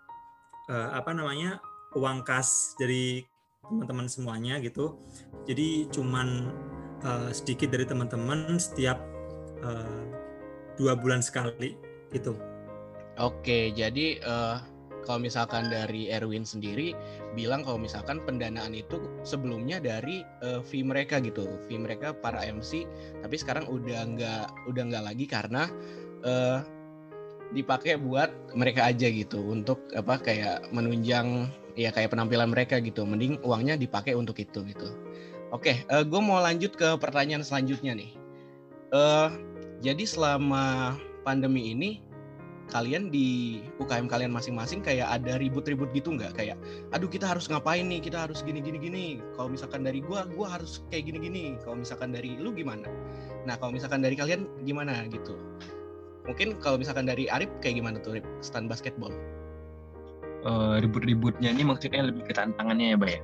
uh, apa namanya uang kas dari teman-teman semuanya gitu. Jadi cuman uh, sedikit dari teman-teman setiap uh, dua bulan sekali gitu. Oke, jadi uh... kalau misalkan dari Erwin sendiri bilang kalau misalkan pendanaan itu sebelumnya dari uh, fee mereka gitu, fee mereka para M C, tapi sekarang udah nggak udah nggak lagi karena uh, dipakai buat mereka aja gitu, untuk apa kayak menunjang ya kayak penampilan mereka gitu, mending uangnya dipakai untuk itu gitu. Oke, uh, gue mau lanjut ke pertanyaan selanjutnya nih. Uh, jadi selama pandemi ini kalian di U K M kalian masing-masing kayak ada ribut-ribut gitu nggak? Kayak, aduh kita harus ngapain nih, kita harus gini-gini-gini. Kalau misalkan dari gua, gua harus kayak gini-gini. Kalau misalkan dari lu gimana? Nah kalau misalkan dari kalian gimana gitu? Mungkin kalau misalkan dari Arif kayak gimana tuh, Rip, Stan Basketball? Uh, ribut-ributnya ini maksudnya lebih ke tantangannya ya, Bay?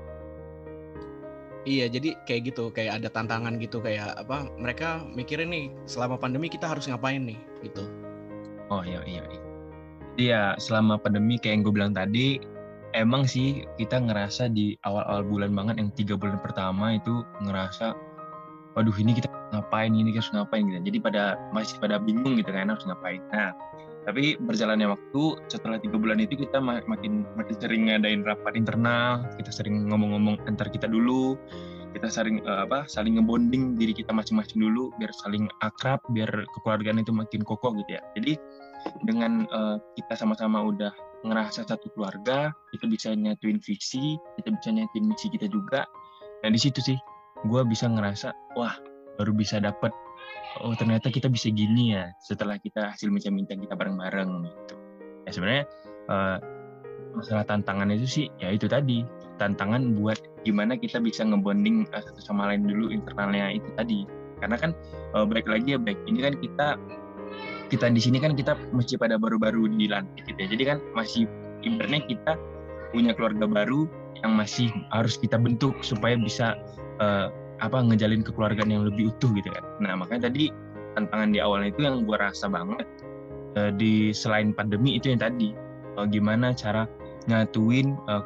Iya, jadi kayak gitu, kayak ada tantangan gitu, kayak apa? Mereka mikirin nih selama pandemi kita harus ngapain nih, gitu. Oh iya iya. Jadi ya selama pandemi kayak yang gue bilang tadi, emang sih kita ngerasa di awal-awal bulan banget yang tiga bulan pertama itu ngerasa, waduh ini kita ngapain, ini kita harus ngapain gitu. Jadi pada masih pada bingung gitu kan harus ngapain. Nah, tapi berjalannya waktu setelah tiga bulan itu kita makin makin sering ngadain rapat internal, kita sering ngomong-ngomong antar kita dulu. Kita sering uh, apa saling ngebonding diri kita masing-masing dulu biar saling akrab, biar kekeluargaan itu makin kokoh gitu ya. Jadi dengan uh, kita sama-sama udah ngerasa satu keluarga, kita bisa nyatuin visi, kita bisa nyatuin misi kita juga. Dan di situ sih gue bisa ngerasa wah baru bisa dapet, oh ternyata kita bisa gini ya setelah kita hasil minta-minta kita bareng-bareng gitu. Ya sebenarnya uh, masalah tantangan itu sih ya itu tadi, tantangan buat gimana kita bisa ngebonding uh, satu sama lain dulu internalnya itu tadi. Karena kan uh, balik lagi ya baik ini kan kita kita di sini kan kita masih pada baru-baru dilantik gitu ya. Jadi kan masih ibaratnya kita punya keluarga baru yang masih harus kita bentuk supaya bisa uh, apa ngejalin kekeluargaan yang lebih utuh gitu kan. Nah makanya tadi tantangan di awalnya itu yang gue rasa banget uh, di selain pandemi itu yang tadi uh, gimana cara nyatuin uh,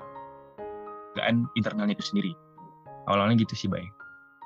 kekeluargaan internalnya itu sendiri. Awalnya gitu sih, Bay.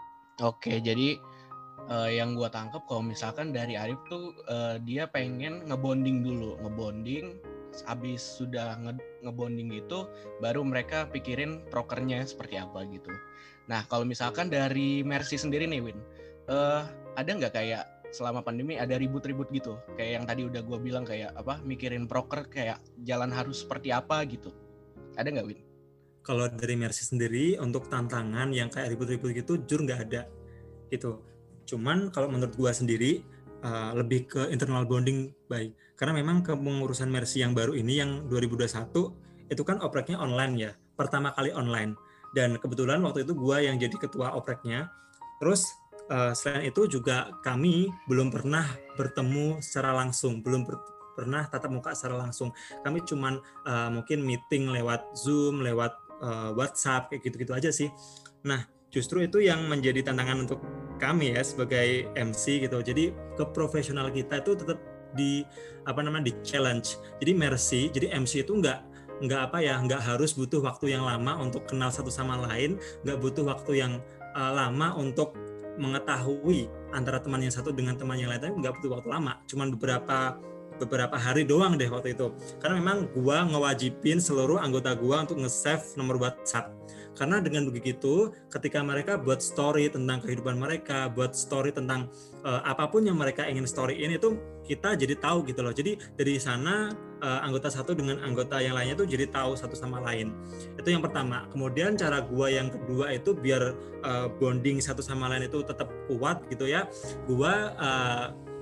Oke, jadi uh, yang gue tangkap kalau misalkan dari Arif tuh uh, dia pengen ngebonding dulu, ngebonding, habis sudah nge- ngebonding itu baru mereka pikirin prokernya seperti apa gitu. Nah kalau misalkan dari Mercy sendiri nih Win, uh, ada nggak kayak selama pandemi ada ribut-ribut gitu, kayak yang tadi udah gue bilang kayak apa, mikirin proker kayak jalan harus seperti apa gitu, ada nggak Win? Kalau dari Mercy sendiri untuk tantangan yang kayak ribut-ribut gitu jujur nggak ada gitu. Cuman kalau menurut gua sendiri uh, lebih ke internal bonding baik. Karena memang kepengurusan Mercy yang baru ini yang dua ribu dua puluh satu itu kan opreknya online ya. Pertama kali online. Dan kebetulan waktu itu gua yang jadi ketua opreknya. Terus uh, selain itu juga kami belum pernah bertemu secara langsung, belum ber- pernah tatap muka secara langsung. Kami cuman uh, mungkin meeting lewat Zoom, lewat uh, WhatsApp kayak gitu-gitu aja sih. Nah, justru itu yang menjadi tantangan untuk kami ya sebagai M C gitu. Jadi keprofesional kita itu tetap di apa namanya di challenge. Jadi Mercy, jadi M C itu nggak nggak apa ya nggak harus butuh waktu yang lama untuk kenal satu sama lain, nggak butuh waktu yang uh, lama untuk mengetahui antara teman yang satu dengan teman yang lain, tapi nggak butuh waktu lama. Cuman beberapa beberapa hari doang deh waktu itu. Karena memang gua ngewajibin seluruh anggota gua untuk nge-save nomor WhatsApp. Karena dengan begitu, ketika mereka buat story tentang kehidupan mereka, buat story tentang uh, apapun yang mereka ingin storyin itu kita jadi tahu gitu loh. Jadi dari sana uh, anggota satu dengan anggota yang lainnya tuh jadi tahu satu sama lain. Itu yang pertama. Kemudian cara gua yang kedua itu biar uh, bonding satu sama lain itu tetap kuat gitu ya. Gua uh,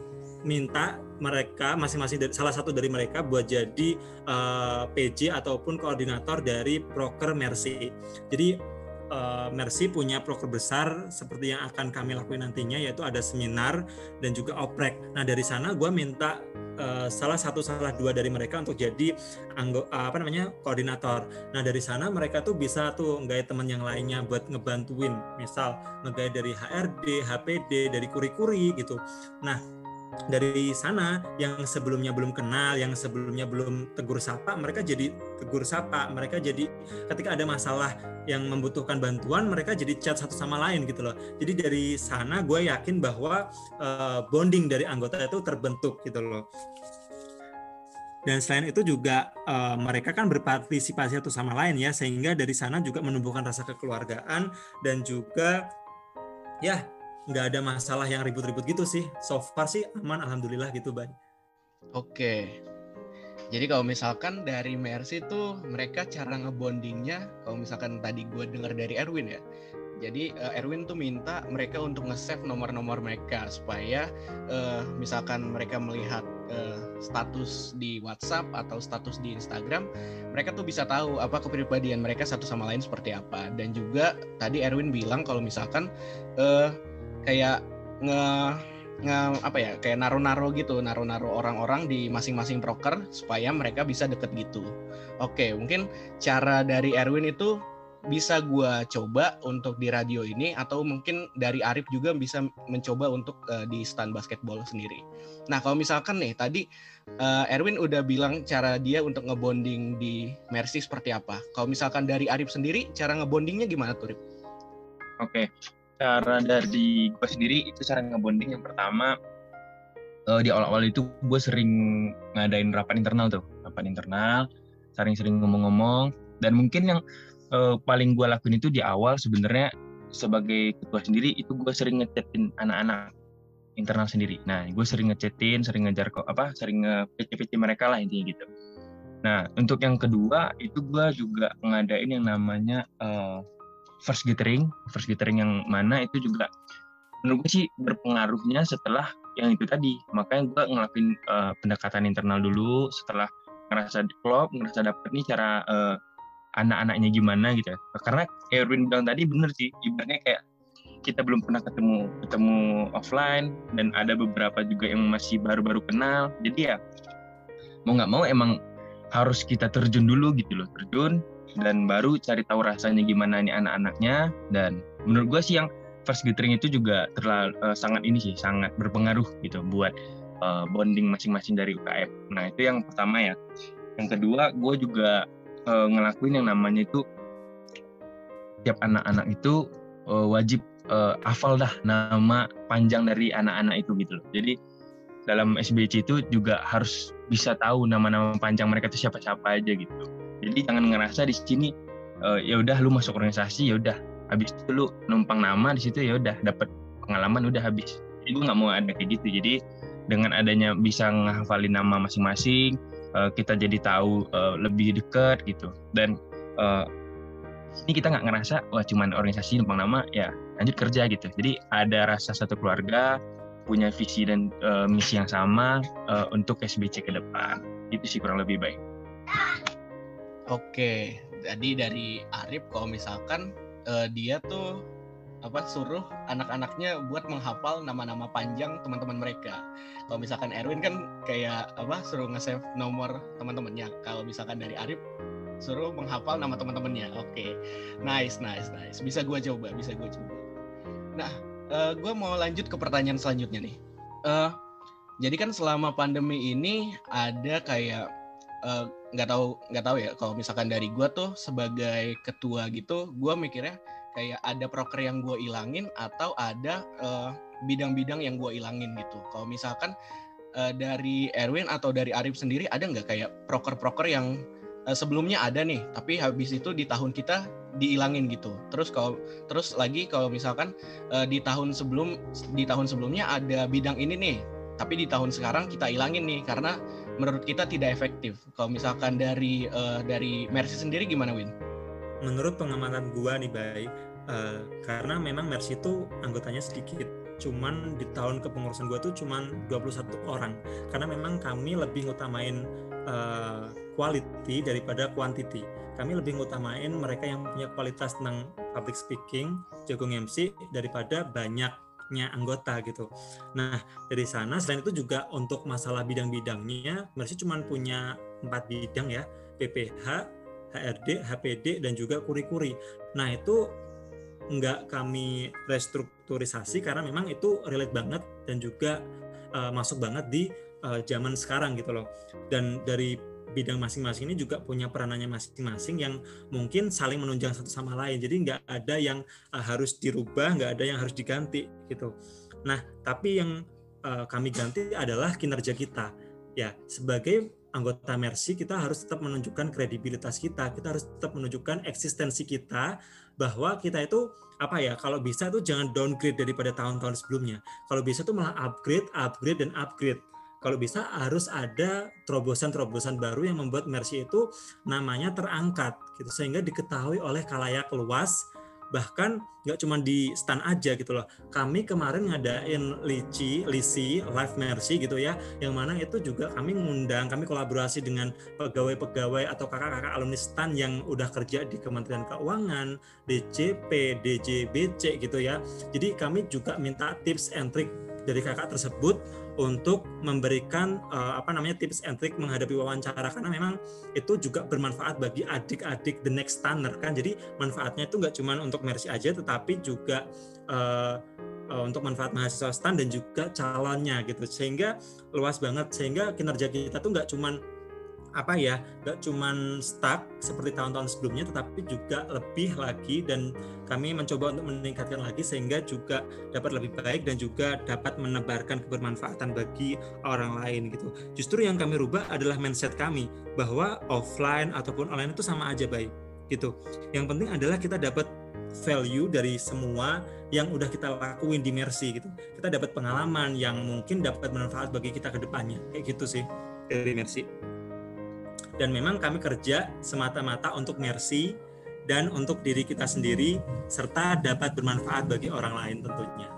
minta mereka masing-masing dari, salah satu dari mereka buat jadi uh, P J ataupun koordinator dari proker Mercy. Jadi uh, Mercy punya proker besar seperti yang akan kami lakuin nantinya, yaitu ada seminar dan juga oprek. Nah dari sana gue minta uh, salah satu salah dua dari mereka untuk jadi anggo, uh, apa namanya koordinator. Nah dari sana mereka tuh bisa tuh nggak teman yang lainnya buat ngebantuin, misal nggak dari H R D, H P D, dari kuri-kuri gitu. Nah dari sana yang sebelumnya belum kenal, yang sebelumnya belum tegur sapa, mereka jadi tegur sapa, mereka jadi ketika ada masalah yang membutuhkan bantuan, mereka jadi chat satu sama lain gitu loh. Jadi dari sana gue yakin bahwa uh, bonding dari anggota itu terbentuk gitu loh. Dan selain itu juga uh, mereka kan berpartisipasi satu sama lain ya, sehingga dari sana juga menumbuhkan rasa kekeluargaan dan juga ya nggak ada masalah yang ribut-ribut gitu sih. So far sih aman, alhamdulillah gitu, Bay. Oke. Jadi kalau misalkan dari Mercy tuh mereka cara ngebondingnya, kalau misalkan tadi gue dengar dari Erwin ya. Jadi uh, Erwin tuh minta mereka untuk nge-save nomor-nomor mereka supaya uh, misalkan mereka melihat uh, status di WhatsApp atau status di Instagram, mereka tuh bisa tahu apa kepribadian mereka satu sama lain seperti apa. Dan juga tadi Erwin bilang kalau misalkan uh, kayak nge, nge apa ya kayak naro-naro gitu, naro-naro orang-orang di masing-masing proker supaya mereka bisa deket gitu. Oke, mungkin cara dari Erwin itu bisa gue coba untuk di radio ini, atau mungkin dari Arif juga bisa mencoba untuk uh, di stand basketball sendiri. Nah kalau misalkan nih tadi uh, Erwin udah bilang cara dia untuk ngebonding di Mercy seperti apa. Kalau misalkan dari Arif sendiri cara ngebondingnya gimana tuh Rip? Oke. Cara dari gue sendiri itu cara ngebonding yang pertama uh, di awal-awal itu gue sering ngadain rapat internal tuh rapat internal sering-sering ngomong-ngomong, dan mungkin yang uh, paling gue lakuin itu di awal sebenarnya sebagai ketua sendiri itu gue sering ngechatin anak-anak internal sendiri. Nah gue sering ngechatin, sering ngejar kok apa sering nge-P C-P C mereka lah intinya gitu. Nah untuk yang kedua itu gue juga ngadain yang namanya uh, first gathering, first gathering yang mana itu juga menurut gue sih berpengaruhnya setelah yang itu tadi. Makanya gue ngelakuin uh, pendekatan internal dulu, setelah ngerasa klop, ngerasa dapet nih cara uh, anak-anaknya gimana gitu. Karena Erwin bilang tadi bener sih, ibaratnya kayak kita belum pernah ketemu ketemu offline, dan ada beberapa juga yang masih baru-baru kenal. Jadi ya mau nggak mau emang harus kita terjun dulu gitu loh, terjun dan baru cari tahu rasanya gimana nih anak-anaknya, dan menurut gue sih yang first gathering itu juga terlalu uh, sangat ini sih, sangat berpengaruh gitu buat uh, bonding masing-masing dari U K M. Nah itu yang pertama ya. Yang kedua, gue juga uh, ngelakuin yang namanya itu tiap anak-anak itu uh, wajib uh, hafal dah nama panjang dari anak-anak itu gitu loh. Jadi dalam S B C itu juga harus bisa tahu nama-nama panjang mereka itu siapa-siapa aja gitu. Jadi jangan ngerasa di sini uh, ya udah lu masuk organisasi ya udah habis itu lu numpang nama di situ ya udah dapat pengalaman udah habis. Jadi gue nggak mau ada kayak gitu. Jadi dengan adanya bisa ngehafalin nama masing-masing, uh, kita jadi tahu uh, lebih dekat gitu. Dan uh, ini kita nggak ngerasa wah cuman organisasi numpang nama ya lanjut kerja gitu. Jadi ada rasa satu keluarga punya visi dan uh, misi yang sama uh, untuk S B C ke depan. Itu sih kurang lebih baik. Oke, jadi dari Arif kalau misalkan uh, dia tuh apa suruh anak-anaknya buat menghafal nama-nama panjang teman-teman mereka. Kalau misalkan Erwin kan kayak apa suruh nge-save nomor teman-temannya. Kalau misalkan dari Arif suruh menghafal nama teman-temannya. Oke, nice, nice, nice. Bisa gue coba, bisa gue coba. Nah, uh, gue mau lanjut ke pertanyaan selanjutnya nih. Uh, jadi kan selama pandemi ini ada kayak nggak uh, tahu nggak tahu ya. Kalau misalkan dari gue tuh sebagai ketua gitu, gue mikirnya kayak ada proker yang gue ilangin atau ada uh, bidang-bidang yang gue ilangin gitu. Kalau misalkan uh, dari Erwin atau dari Arif sendiri ada nggak kayak proker-proker yang uh, sebelumnya ada nih, tapi habis itu di tahun kita diilangin gitu. Terus kalau terus lagi kalau misalkan uh, di tahun sebelum di tahun sebelumnya ada bidang ini nih, tapi di tahun sekarang kita ilangin nih karena menurut kita tidak efektif. Kalau misalkan dari uh, dari Mercy sendiri gimana, Win? Menurut pengamatan gua nih, Bay, uh, karena memang Mercy itu anggotanya sedikit. Cuman di tahun kepengurusan gua tuh cuman dua puluh satu orang. Karena memang kami lebih ngutamain uh, quality daripada quantity. Kami lebih ngutamain mereka yang punya kualitas tentang public speaking, jago M C daripada banyaknya anggota gitu. Nah, dari sana selain itu juga untuk masalah bidang-bidangnya, Mercy cuma punya empat bidang ya, P P H, H R D, H P D, dan juga kuri-kuri. Nah, itu nggak kami restrukturisasi karena memang itu relate banget dan juga uh, masuk banget di uh, zaman sekarang gitu loh. Dan dari bidang masing-masing ini juga punya peranannya masing-masing yang mungkin saling menunjang satu sama lain. Jadi nggak ada yang uh, harus dirubah, nggak ada yang harus diganti gitu. Nah, tapi yang uh, kami ganti adalah kinerja kita. Ya, sebagai anggota Mercy kita harus tetap menunjukkan kredibilitas kita, kita harus tetap menunjukkan eksistensi kita bahwa kita itu apa ya, kalau bisa tuh jangan downgrade daripada tahun-tahun sebelumnya. Kalau bisa tuh malah upgrade, upgrade dan upgrade. Kalau bisa harus ada terobosan-terobosan baru yang membuat Mercy itu namanya terangkat gitu sehingga diketahui oleh khalayak luas. Bahkan nggak cuma di stand aja gitu loh. Kami kemarin ngadain Lici, Lisi, Live Mercy gitu ya, yang mana itu juga kami ngundang, kami kolaborasi dengan pegawai-pegawai atau kakak-kakak alumni stand yang udah kerja di Kementerian Keuangan, D J P, D J B C gitu ya. Jadi kami juga minta tips and trick dari kakak tersebut untuk memberikan uh, apa namanya tips and trick menghadapi wawancara karena memang itu juga bermanfaat bagi adik-adik the next stunner kan. Jadi manfaatnya itu nggak cuma untuk Mercy aja tetapi juga uh, uh, untuk manfaat mahasiswa stan dan juga calonnya gitu, sehingga luas banget, sehingga kinerja kita tuh nggak cuma apa ya, nggak cuman stuck seperti tahun-tahun sebelumnya, tetapi juga lebih lagi dan kami mencoba untuk meningkatkan lagi sehingga juga dapat lebih baik dan juga dapat menebarkan kebermanfaatan bagi orang lain gitu. Justru yang kami rubah adalah mindset kami bahwa offline ataupun online itu sama aja baik gitu. Yang penting adalah kita dapat value dari semua yang udah kita lakuin di Mercy gitu. Kita dapat pengalaman yang mungkin dapat bermanfaat bagi kita ke depannya. Kayak gitu sih dari Mercy. Dan memang kami kerja semata-mata untuk Mercy dan untuk diri kita sendiri serta dapat bermanfaat bagi orang lain tentunya.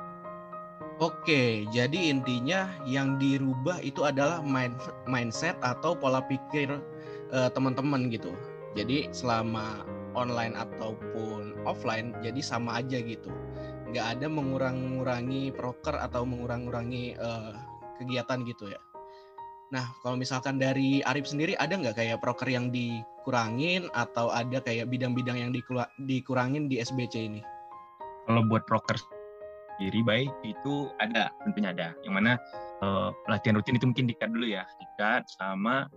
Oke, jadi intinya yang dirubah itu adalah mind, mindset atau pola pikir uh, teman-teman gitu. Jadi selama online ataupun offline jadi sama aja gitu. Nggak ada mengurang-ngurangi proker atau mengurang-ngurangi uh, kegiatan gitu ya. Nah, kalau misalkan dari Arif sendiri ada nggak kayak proker yang dikurangin atau ada kayak bidang-bidang yang dikurangin di S B C ini? kalau buat proker sendiri, baik itu ada, tentunya ada. Yang mana uh, latihan rutin itu mungkin dikat dulu ya, dikat sama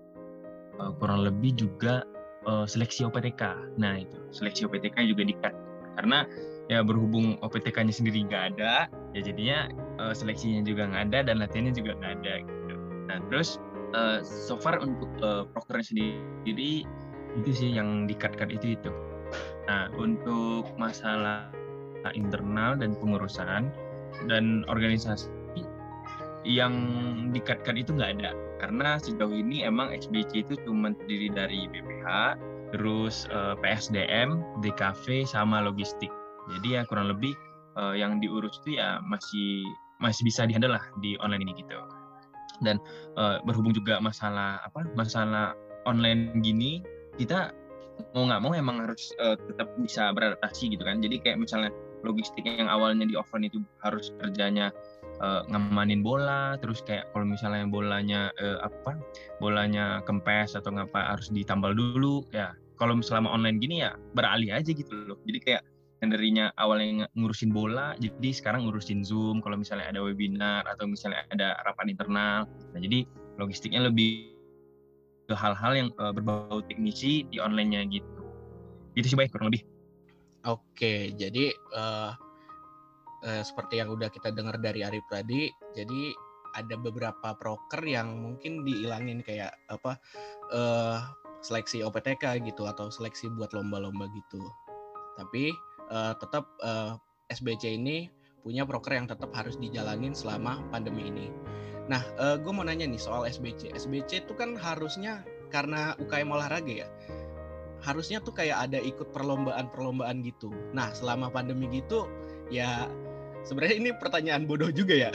uh, kurang lebih juga uh, seleksi O P T K. Nah itu seleksi O P T K juga dikat karena ya berhubung O P T K-nya sendiri nggak ada, ya jadinya uh, seleksinya juga nggak ada dan latihannya juga nggak ada. Gitu. Nah terus uh, so far untuk uh, prokernya sendiri itu sih yang dikat-kat itu itu. Nah untuk masalah internal dan pengurusan dan organisasi yang dikat-kat itu nggak ada karena sejauh ini emang S B C itu cuma terdiri dari B P H, terus uh, P S D M, D K V sama logistik. Jadi ya kurang lebih uh, yang diurus itu ya masih masih bisa dihandle lah di online ini gitu. Dan uh, berhubung juga masalah apa masalah online gini, kita mau nggak mau emang harus uh, tetap bisa beradaptasi gitu kan. Jadi kayak misalnya logistik yang awalnya di offline itu harus kerjanya uh, ngamanin bola, terus kayak kalau misalnya bolanya uh, apa bolanya kempes atau ngapa harus ditambal dulu ya. Kalau selama online gini ya beralih aja gitu loh. Jadi kayak yang darinya awalnya ngurusin bola, jadi sekarang ngurusin Zoom kalau misalnya ada webinar atau misalnya ada rapat internal. Nah jadi logistiknya lebih ke hal-hal yang uh, berbau teknisi di online-nya gitu. Gitu sih baik kurang lebih. Oke, jadi uh, uh, seperti yang udah kita dengar dari Arif tadi, jadi ada beberapa proker yang mungkin dihilangin kayak apa uh, seleksi O P T K gitu atau seleksi buat lomba-lomba gitu. Tapi uh, tetap uh, S B C ini punya proker yang tetap harus dijalanin selama pandemi ini. Nah, uh, gue mau nanya nih soal S B C. S B C itu kan harusnya karena U K M olahraga ya, harusnya tuh kayak ada ikut perlombaan-perlombaan gitu. Nah, selama pandemi gitu, ya sebenarnya ini pertanyaan bodoh juga ya.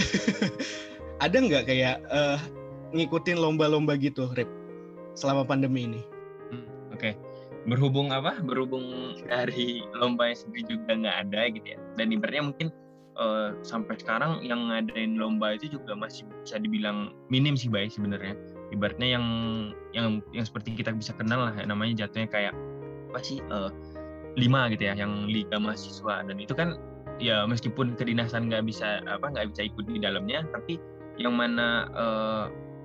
Ada nggak kayak uh, ngikutin lomba-lomba gitu, Rip, selama pandemi ini? Hmm, Oke, okay. berhubung apa? Berhubung dari lombanya sendiri juga nggak ada gitu ya. Dan ibaratnya mungkin uh, sampai sekarang yang ngadain lomba itu juga masih bisa dibilang minim sih, Bay, sebenarnya. Ibaratnya yang yang yang seperti kita bisa kenal lah, namanya jatuhnya kayak apa sih uh, lima gitu ya, yang liga mahasiswa. Dan itu kan ya meskipun kedinasan nggak bisa apa nggak bisa ikut di dalamnya, tapi yang mana uh,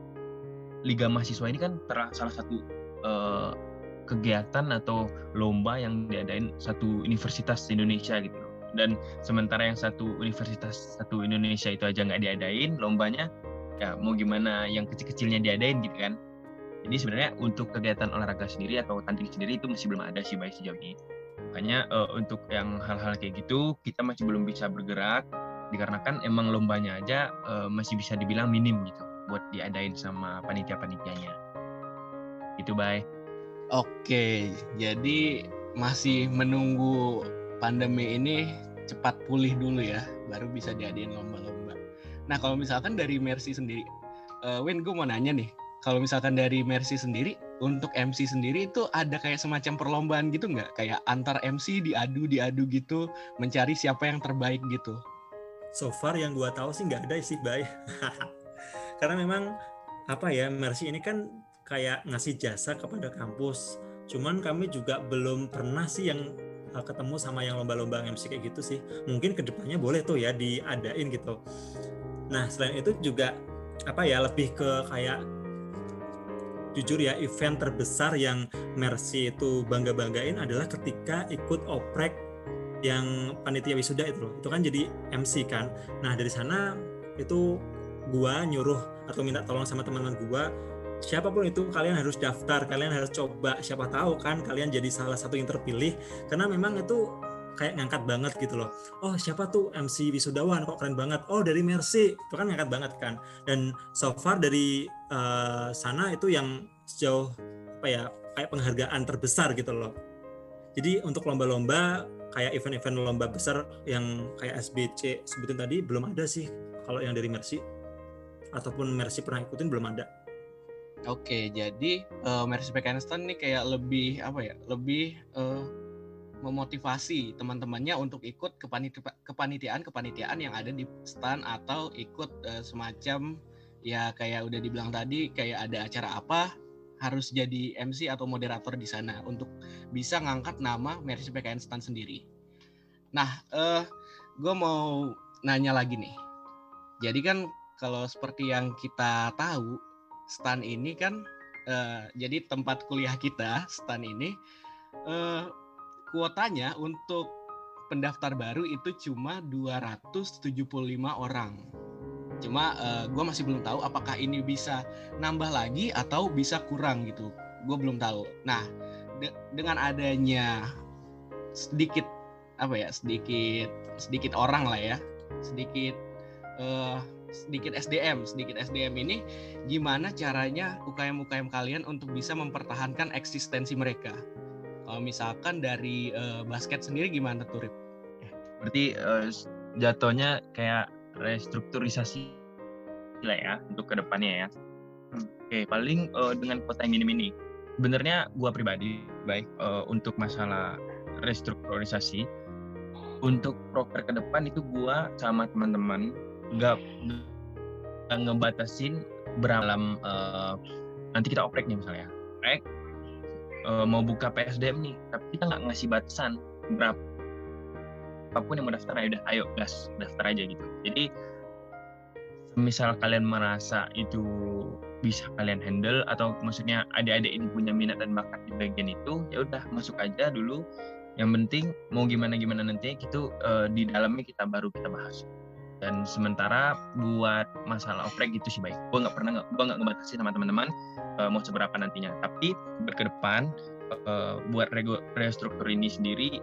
liga mahasiswa ini kan ter- salah satu uh, kegiatan atau lomba yang diadain satu universitas di Indonesia gitu. Dan sementara yang satu universitas satu Indonesia itu aja nggak diadain lombanya, ya mau gimana yang kecil-kecilnya diadain gitu kan. Jadi sebenarnya untuk kegiatan olahraga sendiri atau tanding sendiri itu masih belum ada sih baik sejauh ini. Makanya uh, untuk yang hal-hal kayak gitu kita masih belum bisa bergerak dikarenakan emang lombanya aja uh, masih bisa dibilang minim gitu buat diadain sama panitia-panitianya. Itu Bay. Oke, jadi masih menunggu pandemi ini cepat pulih dulu ya, baru bisa diadain lomba-lomba. Nah, kalau misalkan dari Mercy sendiri, uh, Win, gue mau nanya nih, kalau misalkan dari Mercy sendiri, untuk M C sendiri itu ada kayak semacam perlombaan gitu nggak? Kayak antar M C diadu-diadu gitu, mencari siapa yang terbaik gitu? So far yang gue tahu sih nggak ada sih, Bay. Karena memang apa ya, Mercy ini kan kayak ngasih jasa kepada kampus. Cuman kami juga belum pernah sih yang ketemu sama yang lomba-lomba M C kayak gitu sih. Mungkin kedepannya boleh tuh ya diadain gitu. Nah selain itu juga apa ya, lebih ke kayak jujur ya, event terbesar yang Mercy itu bangga-banggain adalah ketika ikut oprek yang panitia wisuda itu loh. Itu kan jadi M C kan. Nah dari sana itu gua nyuruh atau minta tolong sama teman-teman gua, siapapun itu kalian harus daftar, kalian harus coba, siapa tahu kan kalian jadi salah satu yang terpilih. Karena memang itu kayak ngangkat banget gitu loh. Oh siapa tuh M C wisudawan, kok keren banget. Oh dari Mercy, itu kan ngangkat banget kan. Dan so far dari uh, sana itu yang sejauh apa ya, kayak penghargaan terbesar gitu loh. Jadi untuk lomba-lomba kayak event-event lomba besar yang kayak S B C sebutin tadi belum ada sih kalau yang dari Mercy, ataupun Mercy pernah ikutin belum ada. Oke, jadi uh, Mercy P K N Stan ini kayak lebih apa ya, lebih uh, memotivasi teman-temannya untuk ikut kepanitiaan-kepanitiaan yang ada di stan atau ikut uh, semacam ya kayak udah dibilang tadi, kayak ada acara apa harus jadi M C atau moderator di sana untuk bisa ngangkat nama Mercy P K N Stan sendiri. Nah, eh, gue mau nanya lagi nih. Jadi kan kalau seperti yang kita tahu, STAN ini kan, eh, jadi tempat kuliah kita, STAN ini, eh, kuotanya untuk pendaftar baru itu cuma dua ratus tujuh puluh lima orang. Cuma uh, gue masih belum tahu apakah ini bisa nambah lagi atau bisa kurang gitu. Gue belum tahu. Nah, de- dengan adanya sedikit apa ya, sedikit sedikit orang lah ya, sedikit uh, sedikit S D M, sedikit S D M ini, gimana caranya U K M-U K M kalian untuk bisa mempertahankan eksistensi mereka? Kalau misalkan dari uh, basket sendiri gimana tuh, Rip? Berarti uh, jatuhnya kayak restrukturisasi lah ya untuk kedepannya ya. Oke, paling uh, dengan kuota yang minim ini, sebenarnya gue pribadi baik uh, untuk masalah restrukturisasi, untuk proker ke depan itu gue sama teman-teman nggak ngebatasin berapa uh, nanti kita oprek nih misalnya, oprek uh, mau buka P S D M nih, tapi kita nggak ngasih batasan berapa apapun yang mau daftar, ya udah ayo gas daftar aja gitu. Jadi misal kalian merasa itu bisa kalian handle atau maksudnya adik-adik ini punya minat dan bakat di bagian itu, ya udah masuk aja dulu. Yang penting mau gimana gimana nanti itu uh, di dalamnya kita baru kita bahas. Dan sementara buat masalah oprek gitu sih baik. Gue nggak pernah gue nggak ngebatasi sama teman-teman uh, mau seberapa nantinya. Tapi ke depan uh, buat restruktur ini sendiri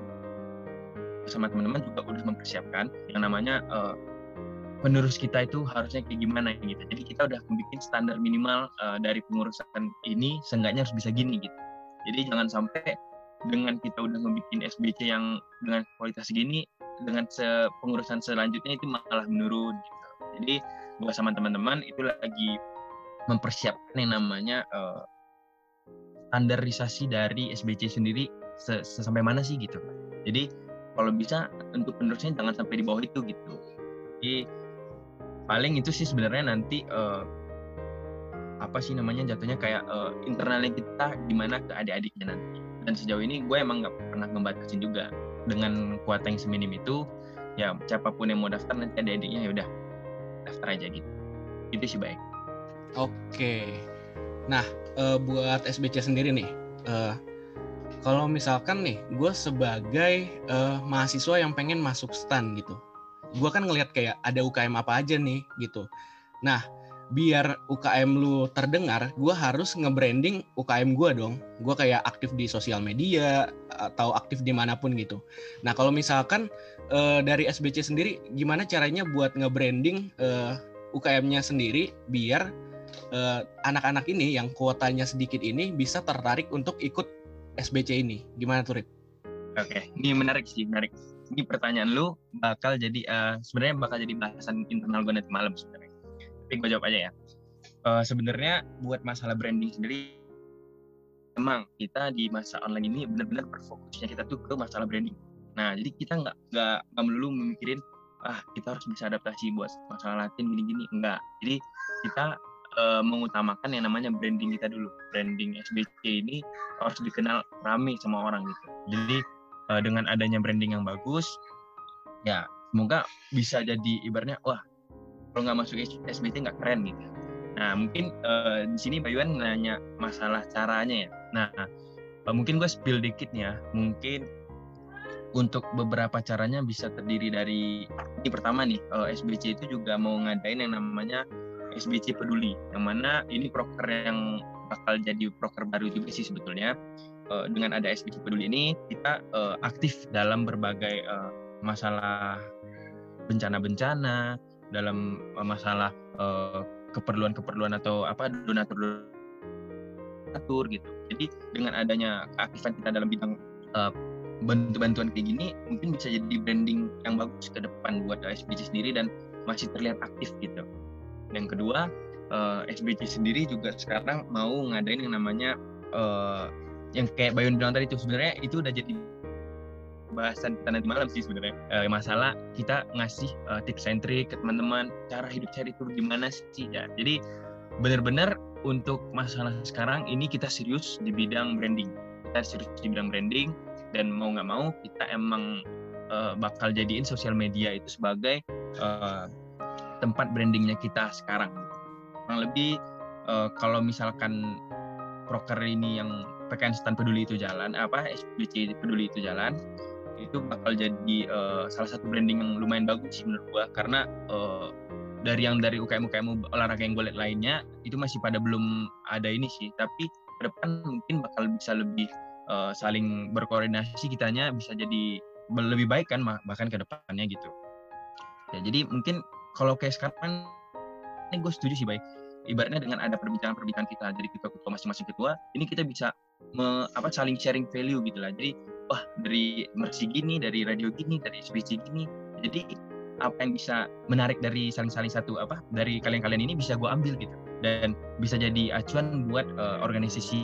sama teman-teman juga udah mempersiapkan yang namanya uh, penerus kita itu harusnya kayak gimana gitu. Jadi kita udah bikin standar minimal uh, dari pengurusan ini seenggaknya harus bisa gini gitu. Jadi jangan sampai dengan kita udah ngebikin S B C yang dengan kualitas segini, dengan se- pengurusan selanjutnya itu malah menurun gitu. Jadi gua sama teman-teman itu lagi mempersiapkan yang namanya uh, standarisasi dari S B C sendiri se- sampai mana sih gitu. Jadi kalau bisa untuk penerusnya jangan sampai di bawah itu gitu. Jadi paling itu sih sebenarnya nanti uh, apa sih namanya jatuhnya kayak uh, internalnya kita gimana ke adik-adiknya nanti. Dan sejauh ini gue emang nggak pernah ngebatasin juga dengan kuota yang seminim itu, ya siapapun yang mau daftar nanti adik-adiknya ya udah daftar aja gitu. Itu sih baik. Oke. Nah, uh, buat S B C sendiri nih, uh, kalau misalkan nih gue sebagai uh, mahasiswa yang pengen masuk STAN gitu, gue kan ngelihat kayak ada U K M apa aja nih gitu. Nah, biar U K M lu terdengar, gue harus nge-branding U K M gue dong. Gue kayak aktif di sosial media atau aktif dimanapun gitu. Nah, kalau misalkan uh, dari S B C sendiri, gimana caranya buat nge-branding uh, U K M-nya sendiri biar uh, anak-anak ini yang kuotanya sedikit ini bisa tertarik untuk ikut S B C ini? Gimana tuh, Rip? Oke, ini menarik sih, menarik. Ini pertanyaan lu bakal jadi uh, sebenarnya bakal jadi bahasan internal gue nanti malam sebenarnya. Tapi gue jawab aja ya. Uh, sebenarnya buat masalah branding sendiri, memang kita di masa online ini benar-benar berfokusnya kita tuh ke masalah branding. Nah, jadi kita nggak nggak melulu memikirin ah kita harus bisa adaptasi buat masalah Latin gini-gini, enggak. Jadi kita uh, mengutamakan yang namanya branding kita dulu. Branding S B C ini harus dikenal rame sama orang gitu. Jadi uh, dengan adanya branding yang bagus, ya semoga bisa jadi ibaratnya wah kalau nggak masuk S B C nggak keren gitu. Nah mungkin uh, di sini Bayuan nanya masalah caranya ya. Nah uh, mungkin gue spill dikit ya. Mungkin untuk beberapa caranya bisa terdiri dari ini pertama nih uh, S B C itu juga mau ngadain yang namanya S B C Peduli. Yang mana ini proker yang bakal jadi proker baru juga sih sebetulnya. Uh, dengan ada S B C Peduli ini kita uh, aktif dalam berbagai uh, masalah bencana-bencana, dalam uh, masalah uh, keperluan-keperluan atau apa donatur donatur gitu. Jadi dengan adanya keaktifan kita dalam bidang uh, bantu-bantuan kayak gini, mungkin bisa jadi branding yang bagus ke depan buat S B C sendiri dan masih terlihat aktif gitu. Yang kedua, uh, S B C sendiri juga sekarang mau ngadain yang namanya uh, yang kayak Bayun bilang tadi itu sebenarnya itu udah jadi bahasan kita nanti malam sih sebenarnya. E, masalah kita ngasih uh, tips and trick ke teman-teman cara hidup sehat itu gimana sih ya. Jadi benar-benar untuk masalah sekarang ini kita serius di bidang branding. Kita serius di bidang branding dan mau nggak mau kita emang uh, bakal jadiin sosial media itu sebagai uh, tempat brandingnya kita sekarang. Kurang lebih uh, kalau misalkan proker ini yang P K N Stan Peduli itu jalan, apa S B C Peduli itu jalan, itu bakal jadi uh, salah satu branding yang lumayan bagus sih menurut gua, karena uh, dari yang dari U K M U K M olahraga yang gue lihat lainnya itu masih pada belum ada ini sih, tapi ke depan mungkin bakal bisa lebih uh, saling berkoordinasi, kitanya bisa jadi lebih baik kan bahkan ke depannya gitu. Ya, jadi mungkin kalau kayak sekarang ini gue setuju sih, baik. Ibaratnya dengan ada perbincangan-perbincangan kita dari ketua-ketua masing-masing ketua, ini kita bisa me, apa saling sharing value gitu lah. Jadi wah dari Mercy gini, dari radio gini, dari S B C gini. Jadi apa yang bisa menarik dari saling-saling satu apa dari kalian-kalian ini bisa gue ambil gitu, dan bisa jadi acuan buat uh, organisasi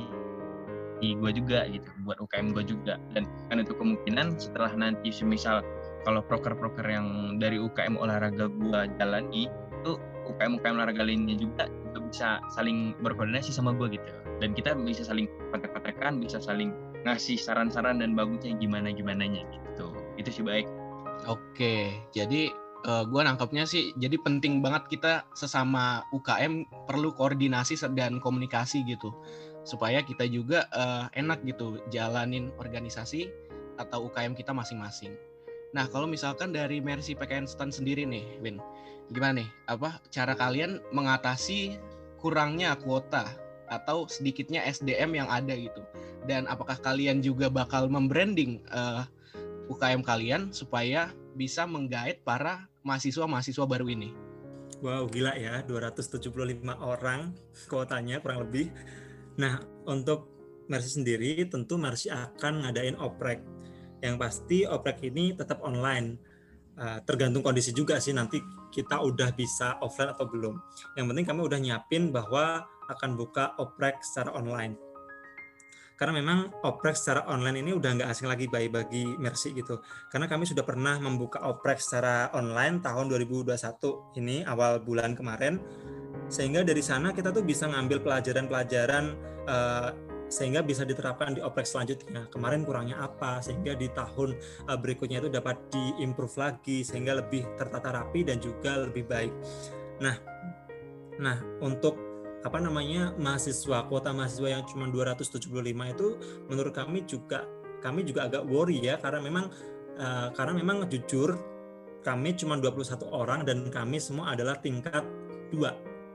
gue juga gitu, buat U K M gue juga. Dan kan untuk kemungkinan setelah nanti semisal kalau proker-proker yang dari U K M olahraga gue jalani itu U K M U K M olahraga lainnya juga itu bisa saling berkoordinasi sama gue gitu, dan kita bisa saling kontak-kontakan, bisa saling ngasih saran-saran dan bagusnya gimana-gimananya gitu. Itu sih baik. Oke, jadi uh, gue nangkepnya sih, jadi penting banget kita sesama U K M perlu koordinasi dan komunikasi gitu, supaya kita juga uh, enak gitu jalanin organisasi atau U K M kita masing-masing. Nah, kalau misalkan dari Mercy P K N Stan sendiri nih, Win, gimana nih? Apa cara kalian mengatasi kurangnya kuota atau sedikitnya S D M yang ada gitu? Dan apakah kalian juga bakal membranding uh, U K M kalian supaya bisa menggait para mahasiswa-mahasiswa baru ini? Wow, gila ya, dua ratus tujuh puluh lima orang kuotanya kurang lebih. Nah, untuk Mercy sendiri tentu Mercy akan ngadain oprek. Yang pasti oprek ini tetap online. Uh, tergantung kondisi juga sih nanti kita udah bisa offline atau belum. Yang penting kami udah nyiapin bahwa akan buka oprek secara online. Karena memang oprek secara online ini udah nggak asing lagi bagi Mercy gitu. Karena kami sudah pernah membuka oprek secara online tahun dua ribu dua puluh satu ini awal bulan kemarin, sehingga dari sana kita tuh bisa ngambil pelajaran-pelajaran uh, sehingga bisa diterapkan di oprek selanjutnya. Kemarin kurangnya apa, sehingga di tahun uh, berikutnya itu dapat diimprove lagi sehingga lebih tertata rapi dan juga lebih baik. Nah, nah untuk apa namanya mahasiswa, kuota mahasiswa yang cuma dua ratus tujuh puluh lima itu menurut kami juga kami juga agak worry ya, karena memang uh, karena memang jujur kami cuma dua puluh satu orang dan kami semua adalah tingkat dua,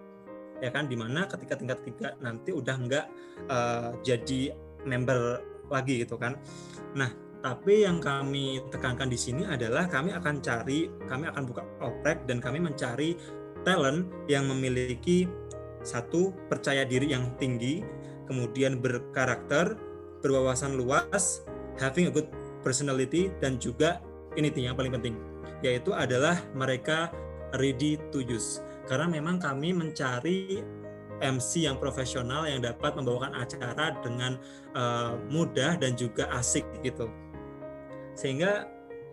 ya kan, dimana ketika tingkat tiga nanti udah nggak uh, jadi member lagi gitu kan. Nah, tapi yang kami tekankan di sini adalah kami akan cari, kami akan buka oprek dan kami mencari talent yang memiliki satu, percaya diri yang tinggi, kemudian berkarakter, berwawasan luas, having a good personality, dan juga ini yang paling penting, yaitu adalah mereka ready to use. Karena memang kami mencari M C yang profesional yang dapat membawakan acara dengan uh, mudah dan juga asik gitu. Sehingga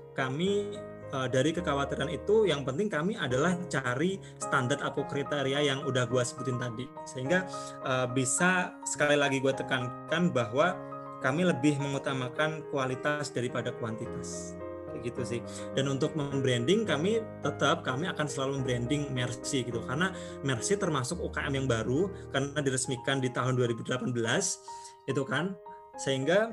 kami dari kekhawatiran itu yang penting kami adalah cari standar atau kriteria yang udah gue sebutin tadi, sehingga uh, bisa sekali lagi gue tekankan bahwa kami lebih mengutamakan kualitas daripada kuantitas, kayak gitu sih. Dan untuk membranding kami tetap kami akan selalu membranding Mercy gitu, karena Mercy termasuk U K M yang baru karena diresmikan di tahun dua ribu delapan belas itu kan, sehingga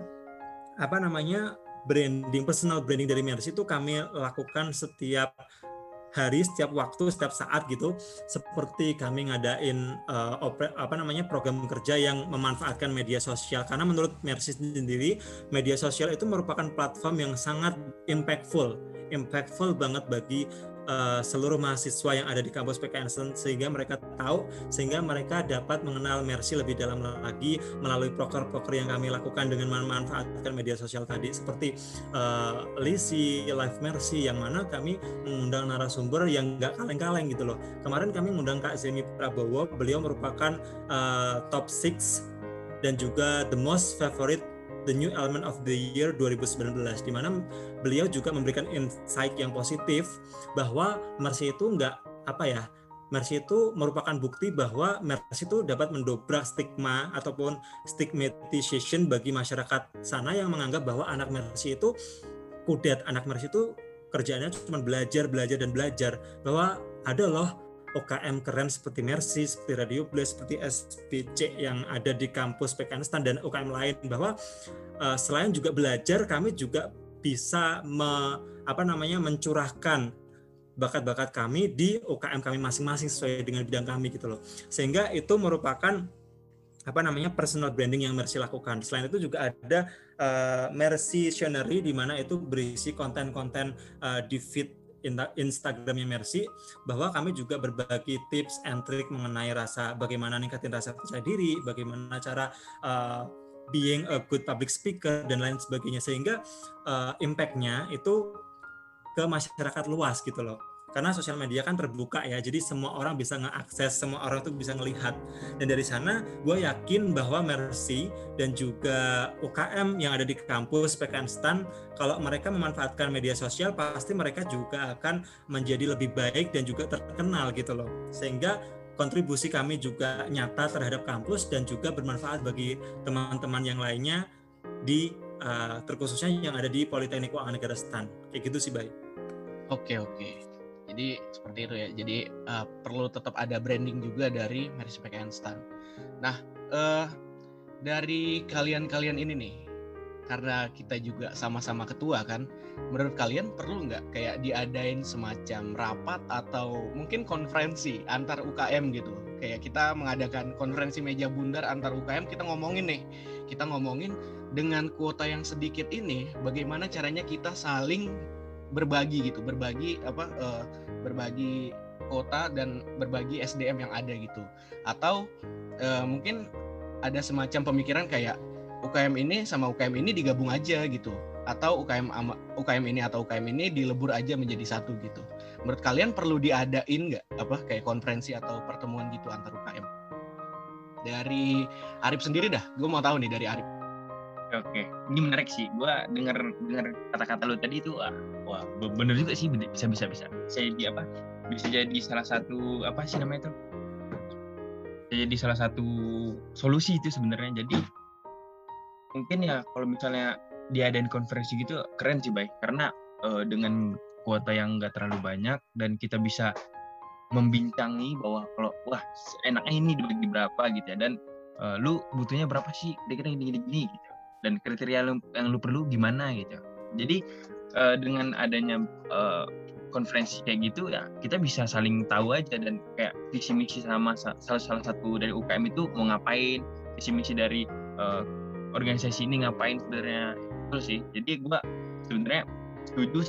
apa namanya branding, personal branding dari Mercy itu kami lakukan setiap hari, setiap waktu, setiap saat gitu. Seperti kami ngadain uh, opera, apa namanya program kerja yang memanfaatkan media sosial, karena menurut Mercy sendiri media sosial itu merupakan platform yang sangat impactful, impactful banget bagi uh, seluruh mahasiswa yang ada di kampus P K N Stan, sehingga mereka tahu, sehingga mereka dapat mengenal Mercy lebih dalam lagi melalui proker-proker yang kami lakukan dengan memanfaatkan media sosial tadi, seperti uh, Lisi, Live Mercy, yang mana kami mengundang narasumber yang nggak kaleng-kaleng gitu loh. Kemarin kami mengundang Kak Zemi Prabowo, beliau merupakan uh, top six dan juga the most favorite The New Element of the Year dua ribu sembilan belas, di mana beliau juga memberikan insight yang positif bahwa Mercy itu enggak apa ya, Mercy itu merupakan bukti bahwa Mercy itu dapat mendobrak stigma ataupun stigmatization bagi masyarakat sana yang menganggap bahwa anak Mercy itu kudet anak Mercy itu kerjaannya cuma belajar, belajar, dan belajar. Bahwa ada loh U K M keren seperti Mercy, seperti Radio Blast, seperti S B C yang ada di kampus P K N STAN dan U K M lain. Bahwa uh, selain juga belajar, kami juga bisa me, apa namanya mencurahkan bakat-bakat kami di U K M kami masing-masing sesuai dengan bidang kami gitu loh. Sehingga itu merupakan apa namanya personal branding yang Mercy lakukan. Selain itu juga ada uh, Mercytionary di mana itu berisi konten-konten uh, di feed Instagramnya Mercy, bahwa kami juga berbagi tips and trick mengenai rasa bagaimana ningkatin rasa percaya diri, bagaimana cara uh, being a good public speaker dan lain sebagainya, sehingga uh, impact-nya itu ke masyarakat luas gitu loh. Karena sosial media kan terbuka ya, jadi semua orang bisa ngeakses, semua orang tuh bisa ngelihat. Dan dari sana gue yakin bahwa Mercy dan juga U K M yang ada di kampus P K N STAN, kalau mereka memanfaatkan media sosial, pasti mereka juga akan menjadi lebih baik dan juga terkenal gitu loh. Sehingga kontribusi kami juga nyata terhadap kampus dan juga bermanfaat bagi teman-teman yang lainnya di uh, terkhususnya yang ada di Politeknik Keuangan Negara STAN. Kayak gitu sih, Bay. Oke, oke. Jadi seperti itu ya. Jadi uh, perlu tetap ada branding juga dari Mercy P K N STAN. Nah, uh, dari kalian-kalian ini nih, karena kita juga sama-sama ketua kan, menurut kalian perlu nggak kayak diadain semacam rapat atau mungkin konferensi antar U K M gitu? Kayak kita mengadakan konferensi meja bundar antar U K M, kita ngomongin nih, kita ngomongin dengan kuota yang sedikit ini, bagaimana caranya kita saling berbagi gitu, berbagi apa uh, berbagi kota dan berbagi S D M yang ada gitu. Atau uh, mungkin ada semacam pemikiran kayak U K M ini sama U K M ini digabung aja gitu, atau U K M U K M ini atau U K M ini dilebur aja menjadi satu gitu. Menurut kalian perlu diadain nggak apa kayak konferensi atau pertemuan gitu antar U K M? Dari Arif sendiri dah, gue mau tahu nih dari Arif. Oke, ini menarik sih. Gua dengar dengar kata-kata lu tadi itu, wah, wah bener juga sih, bisa bisa bisa. Saya di apa? Bisa jadi salah satu apa sih namanya itu? Bisa jadi salah satu solusi itu sebenarnya. Jadi mungkin ya kalau misalnya diadain konferensi gitu keren sih, Bay. Karena uh, dengan kuota yang nggak terlalu banyak dan kita bisa membincangi bahwa kalau wah enaknya ini dibagi berapa gitu ya, dan uh, lu butuhnya berapa sih? Kira-kira gini-gini gitu. Dan kriteria yang, yang lu perlu gimana gitu. Jadi uh, dengan adanya uh, konferensi kayak gitu ya, kita bisa saling tahu aja, dan kayak visi misi sama salah salah satu dari U K M itu mau ngapain, visi misi dari uh, organisasi ini ngapain sebenarnya, itu sih. Jadi gua sebenarnya setuju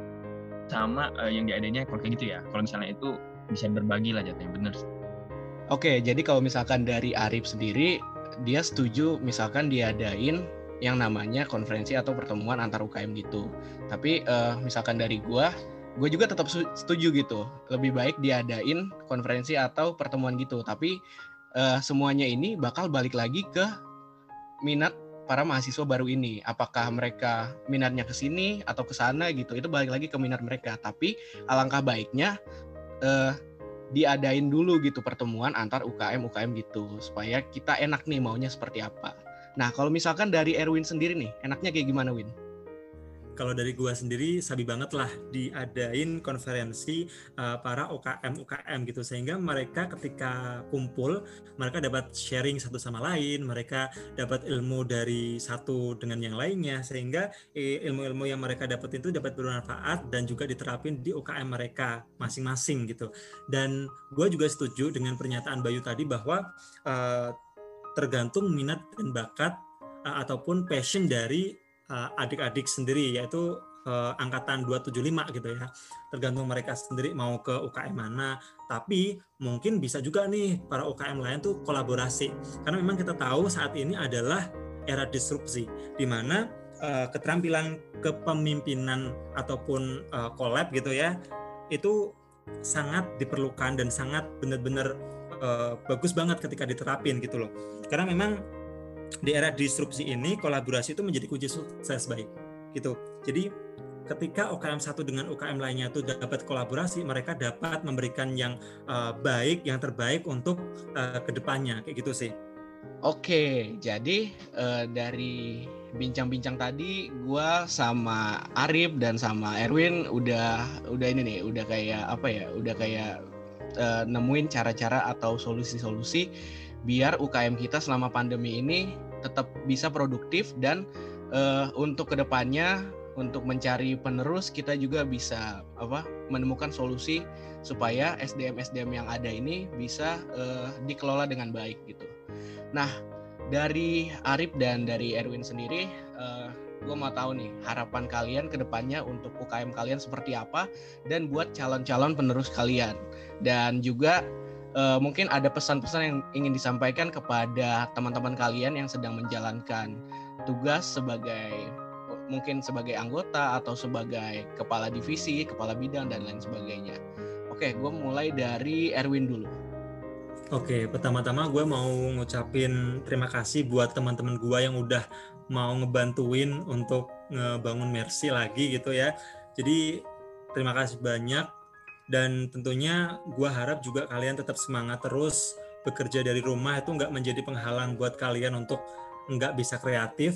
sama uh, yang diadanya kalau kayak gitu ya. Kalau misalnya itu bisa berbagi lah jatuhnya, bener. Oke, jadi kalau misalkan dari Arif sendiri, dia setuju misalkan diadain yang namanya konferensi atau pertemuan antar U K M gitu. Tapi uh, misalkan dari gue, gue juga tetap setuju gitu. Lebih baik diadain konferensi atau pertemuan gitu. Tapi uh, semuanya ini bakal balik lagi ke minat para mahasiswa baru ini. Apakah mereka minatnya ke sini atau ke sana gitu. Itu balik lagi ke minat mereka. Tapi alangkah baiknya uh, diadain dulu gitu pertemuan antar U K M U K M gitu. Supaya kita enak nih maunya seperti apa. Nah, kalau misalkan dari Erwin sendiri nih, enaknya kayak gimana, Win? Kalau dari gua sendiri, sabi banget lah diadain konferensi uh, para U K M U K M gitu, sehingga mereka ketika kumpul, mereka dapat sharing satu sama lain, mereka dapat ilmu dari satu dengan yang lainnya, sehingga eh, ilmu-ilmu yang mereka dapat itu dapat bermanfaat dan juga diterapin di U K M mereka masing-masing gitu. Dan gua juga setuju dengan pernyataan Bayu tadi bahwa uh, tergantung minat dan bakat uh, ataupun passion dari uh, adik-adik sendiri, yaitu uh, angkatan dua tujuh lima gitu ya. Tergantung mereka sendiri mau ke U K M mana, tapi mungkin bisa juga nih para U K M lain tuh kolaborasi. Karena memang kita tahu saat ini adalah era disrupsi, di mana uh, keterampilan kepemimpinan ataupun uh, collab gitu ya, itu sangat diperlukan dan sangat benar-benar Uh, bagus banget ketika diterapin gitu loh. Karena memang di era disrupsi ini kolaborasi itu menjadi kunci sukses, baik gitu. Jadi ketika U K M satu dengan U K M lainnya itu dapat kolaborasi, mereka dapat memberikan yang uh, baik, yang terbaik untuk uh, kedepannya, kayak gitu sih. Oke, jadi uh, dari bincang-bincang tadi, gue sama Arif dan sama Erwin udah udah ini nih, udah kayak apa ya, udah kayak uh, nemuin cara-cara atau solusi-solusi biar U K M kita selama pandemi ini tetap bisa produktif dan uh, untuk kedepannya untuk mencari penerus kita juga bisa apa menemukan solusi supaya S D M S D M yang ada ini bisa uh, dikelola dengan baik gitu. Nah, dari Arif dan dari Erwin sendiri, uh, gue mau tahu nih harapan kalian ke depannya untuk U K M kalian seperti apa dan buat calon-calon penerus kalian. Dan juga uh, mungkin ada pesan-pesan yang ingin disampaikan kepada teman-teman kalian yang sedang menjalankan tugas sebagai mungkin sebagai anggota atau sebagai kepala divisi, kepala bidang dan lain sebagainya. Oke, gue mulai dari Erwin dulu. Oke, pertama-tama gue mau ngucapin terima kasih buat teman-teman gue yang udah mau ngebantuin untuk ngebangun Mercy lagi gitu ya. Jadi terima kasih banyak dan tentunya gue harap juga kalian tetap semangat terus bekerja dari rumah itu nggak menjadi penghalang buat kalian untuk nggak bisa kreatif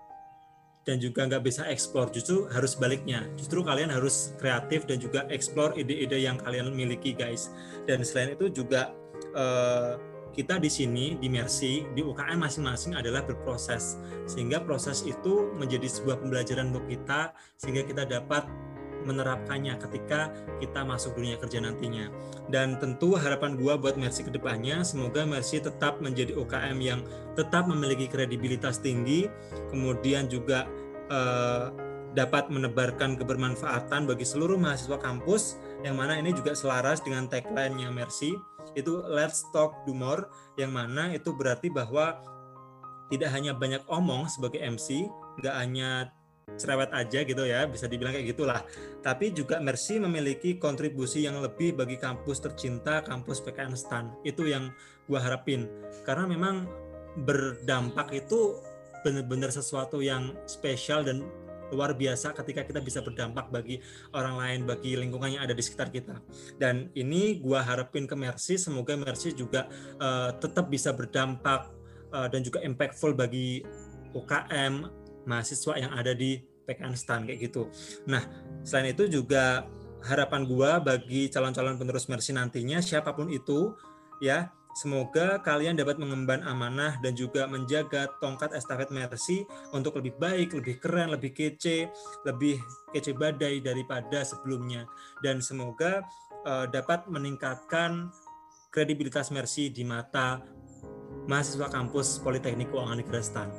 dan juga nggak bisa eksplor. Justru harus baliknya. Justru kalian harus kreatif dan juga eksplor ide-ide yang kalian miliki guys. Dan selain itu juga Uh, kita di sini di Mercy di U K M masing-masing adalah berproses sehingga proses itu menjadi sebuah pembelajaran untuk kita sehingga kita dapat menerapkannya ketika kita masuk dunia kerja nantinya. Dan tentu harapan gua buat Mercy kedepannya semoga Mercy tetap menjadi U K M yang tetap memiliki kredibilitas tinggi, kemudian juga uh, dapat menebarkan kebermanfaatan bagi seluruh mahasiswa kampus yang mana ini juga selaras dengan tagline-nya Mercy itu let's talk do more, yang mana itu berarti bahwa tidak hanya banyak omong sebagai M C, nggak hanya cerewet aja gitu ya, bisa dibilang kayak gitulah, tapi juga Mercy memiliki kontribusi yang lebih bagi kampus tercinta, kampus P K N STAN. Itu yang gue harapin, karena memang berdampak itu benar-benar sesuatu yang spesial dan luar biasa ketika kita bisa berdampak bagi orang lain, bagi lingkungan yang ada di sekitar kita. Dan ini gua harapin ke Mercy, semoga Mercy juga uh, tetap bisa berdampak uh, dan juga impactful bagi U K M mahasiswa yang ada di P K N STAN kayak gitu. Nah, selain itu juga harapan gua bagi calon-calon penerus Mercy nantinya siapapun itu ya, semoga kalian dapat mengemban amanah dan juga menjaga tongkat estafet Mercy untuk lebih baik, lebih keren, lebih kece, lebih kece badai daripada sebelumnya. Dan semoga uh, dapat meningkatkan kredibilitas Mercy di mata mahasiswa kampus Politeknik Keuangan Negeri STAN.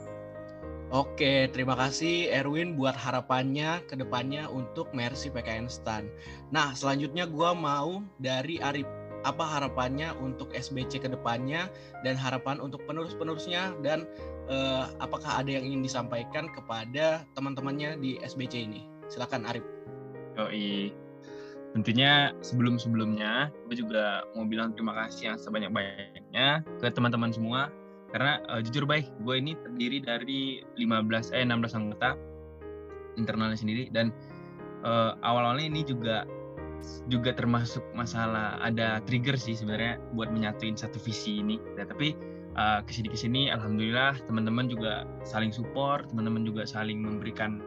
Oke, terima kasih Erwin buat harapannya ke depannya untuk Mercy P K N STAN. Nah, selanjutnya gue mau dari Arif. Apa harapannya untuk S B C ke depannya dan harapan untuk penerus-penerusnya dan eh, apakah ada yang ingin disampaikan kepada teman-temannya di S B C ini? Silakan Arif. Yoi. Tentunya sebelum-sebelumnya gue juga mau bilang terima kasih yang sebanyak-banyaknya ke teman-teman semua karena uh, jujur baik, gue ini terdiri dari lima belas eh enam belas anggota internalnya sendiri dan uh, awal-awalnya ini juga juga termasuk masalah ada trigger sih sebenarnya buat menyatuin satu visi ini. Nah, tapi uh, kesini-kesini alhamdulillah teman-teman juga saling support, teman-teman juga saling memberikan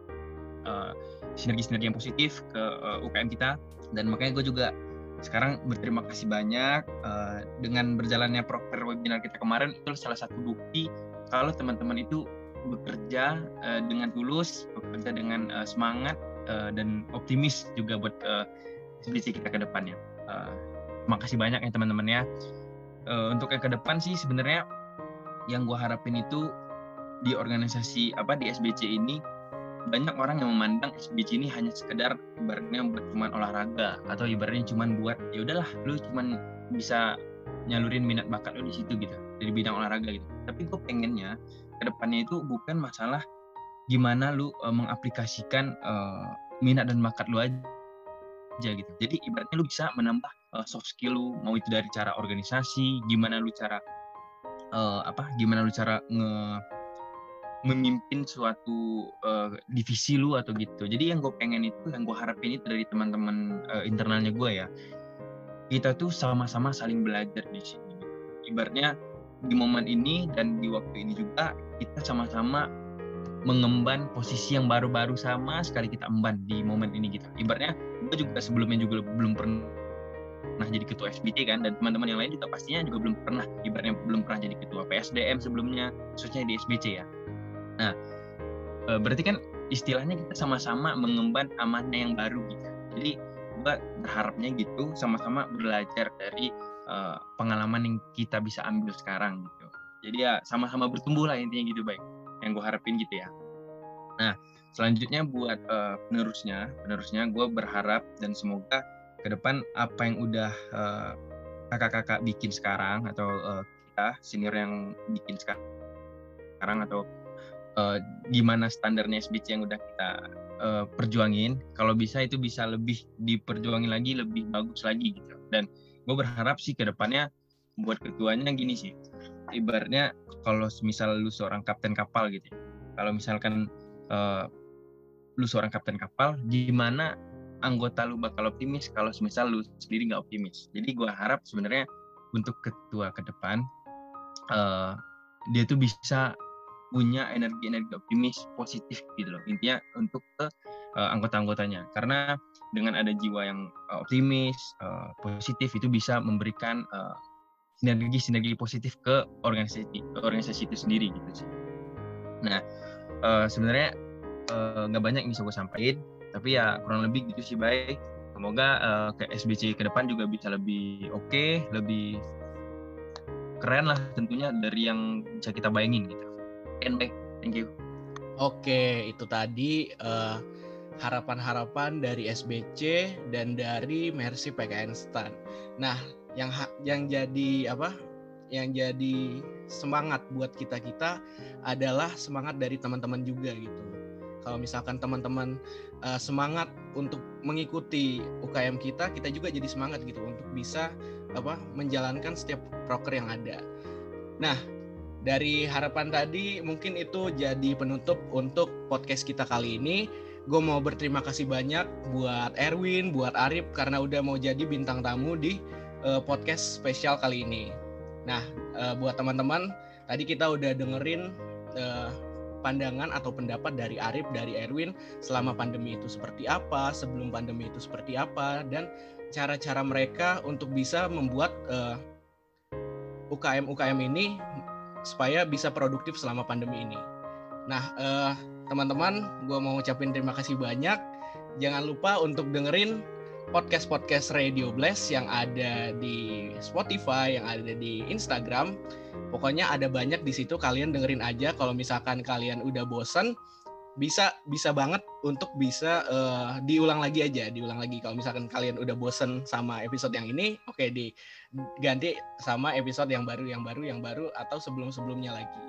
uh, sinergi-sinergi yang positif ke uh, U K M kita dan makanya gue juga sekarang berterima kasih banyak uh, dengan berjalannya proker webinar kita kemarin. Itu salah satu bukti kalau teman-teman itu bekerja uh, dengan tulus, bekerja dengan uh, semangat uh, dan optimis juga buat uh, S B C kita ke depannya. Uh, terima kasih banyak ya teman-teman ya. Uh, untuk yang ke depan sih sebenarnya yang gue harapin itu di organisasi apa di S B C ini banyak orang yang memandang S B C ini hanya sekedar ibaratnya buat cuman olahraga atau ibaratnya cuman buat ya udahlah lu cuman bisa nyalurin minat bakat lu di situ gitu di bidang olahraga gitu. Tapi gue pengennya ke depannya itu bukan masalah gimana lu uh, mengaplikasikan uh, minat dan bakat lu aja gitu. Jadi ibaratnya lu bisa menambah uh, soft skill lu, mau itu dari cara organisasi, gimana lu cara uh, apa, gimana lu cara nge memimpin suatu uh, divisi lu atau gitu. Jadi yang gue pengen itu, yang gue harapin itu dari teman-teman uh, internalnya gue ya, kita tuh sama-sama saling belajar di sini. Ibaratnya di momen ini dan di waktu ini juga kita sama-sama mengemban posisi yang baru-baru sama sekali kita emban di momen ini gitu. Ibaratnya gue juga sebelumnya juga belum pernah jadi ketua S B C kan, dan teman-teman yang lain juga pastinya juga belum pernah, ibaratnya belum pernah jadi ketua P S D M sebelumnya, khususnya di S B C ya. Nah, berarti kan istilahnya kita sama-sama mengemban amanah yang baru gitu. Jadi gue berharapnya gitu sama-sama belajar dari uh, pengalaman yang kita bisa ambil sekarang gitu. Jadi ya sama-sama bertumbuh lah intinya gitu, baik. Yang gue harapin gitu ya. Nah, selanjutnya buat uh, penerusnya, penerusnya gue berharap dan semoga ke depan apa yang udah uh, kakak-kakak bikin sekarang atau uh, kita senior yang bikin sekarang atau uh, gimana standarnya S B C yang udah kita uh, perjuangin, kalau bisa itu bisa lebih diperjuangin lagi, lebih bagus lagi gitu. Dan gue berharap sih ke depannya buat ketuanya gini sih, ibaratnya kalau misal lu seorang kapten kapal gitu, kalau misalkan uh, lu seorang kapten kapal, gimana anggota lu bakal optimis kalau misal lu sendiri nggak optimis. Jadi gue harap sebenarnya untuk ketua ke depan uh, dia tuh bisa punya energi-energi optimis positif gitu loh, intinya untuk ke uh, anggota-anggotanya, karena dengan ada jiwa yang uh, optimis uh, positif itu bisa memberikan uh, sinergi-sinergi positif ke organisasi organisasi itu sendiri gitu sih. Nah, uh, sebenarnya nggak uh, banyak yang bisa gue sampaikan, tapi ya kurang lebih gitu sih, baik. Semoga uh, ke S B C ke depan juga bisa lebih oke, okay, lebih keren lah tentunya dari yang bisa kita bayangin gitu. And baik, thank you. Oke, itu tadi uh, harapan-harapan dari S B C dan dari Mercy P K N STAN. Nah, yang ha- yang jadi apa yang jadi semangat buat kita-kita adalah semangat dari teman-teman juga gitu. Kalau misalkan teman-teman uh, semangat untuk mengikuti U K M kita, kita juga jadi semangat gitu untuk bisa apa menjalankan setiap proker yang ada. Nah, dari harapan tadi mungkin itu jadi penutup untuk podcast kita kali ini. Gue mau berterima kasih banyak buat Erwin, buat Arif karena udah mau jadi bintang tamu di Uh, podcast spesial kali ini. Nah, uh, buat teman-teman, tadi kita udah dengerin uh, pandangan atau pendapat dari Arif, dari Erwin selama pandemi itu seperti apa, sebelum pandemi itu seperti apa, dan cara-cara mereka untuk bisa membuat uh, U K M-U K M ini supaya bisa produktif selama pandemi ini. Nah, uh, teman-teman, gue mau ucapin terima kasih banyak. Jangan lupa untuk dengerin podcast-podcast Radio Blast yang ada di Spotify, yang ada di Instagram. Pokoknya ada banyak di situ, kalian dengerin aja. Kalau misalkan kalian udah bosen, bisa bisa banget untuk bisa uh, diulang lagi aja, diulang lagi. Kalau misalkan kalian udah bosen sama episode yang ini, oke okay, diganti sama episode yang baru, yang baru, yang baru atau sebelum-sebelumnya lagi.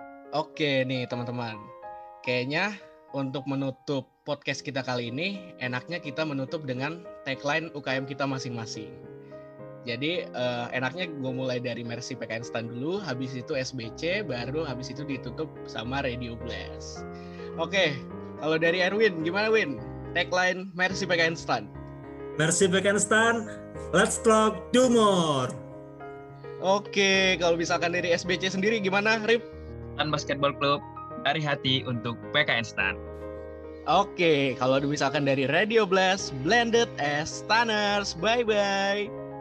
Oke nih teman-teman, kayaknya untuk menutup podcast kita kali ini, enaknya kita menutup dengan tagline U K M kita masing-masing. Jadi uh, enaknya gue mulai dari Mercy P K N STAN dulu, habis itu S B C, baru habis itu ditutup sama Radio Blast. Oke, kalau dari Erwin, gimana Win? Tagline Mercy P K N STAN. Mercy P K N STAN, let's talk, do more. Oke, kalau misalkan dari S B C sendiri gimana, Rip? STAN Basketball Club, dari hati untuk P K N STAN. Oke, kalau misalkan dari Radio Blast, blended as Stanners. Bye-bye.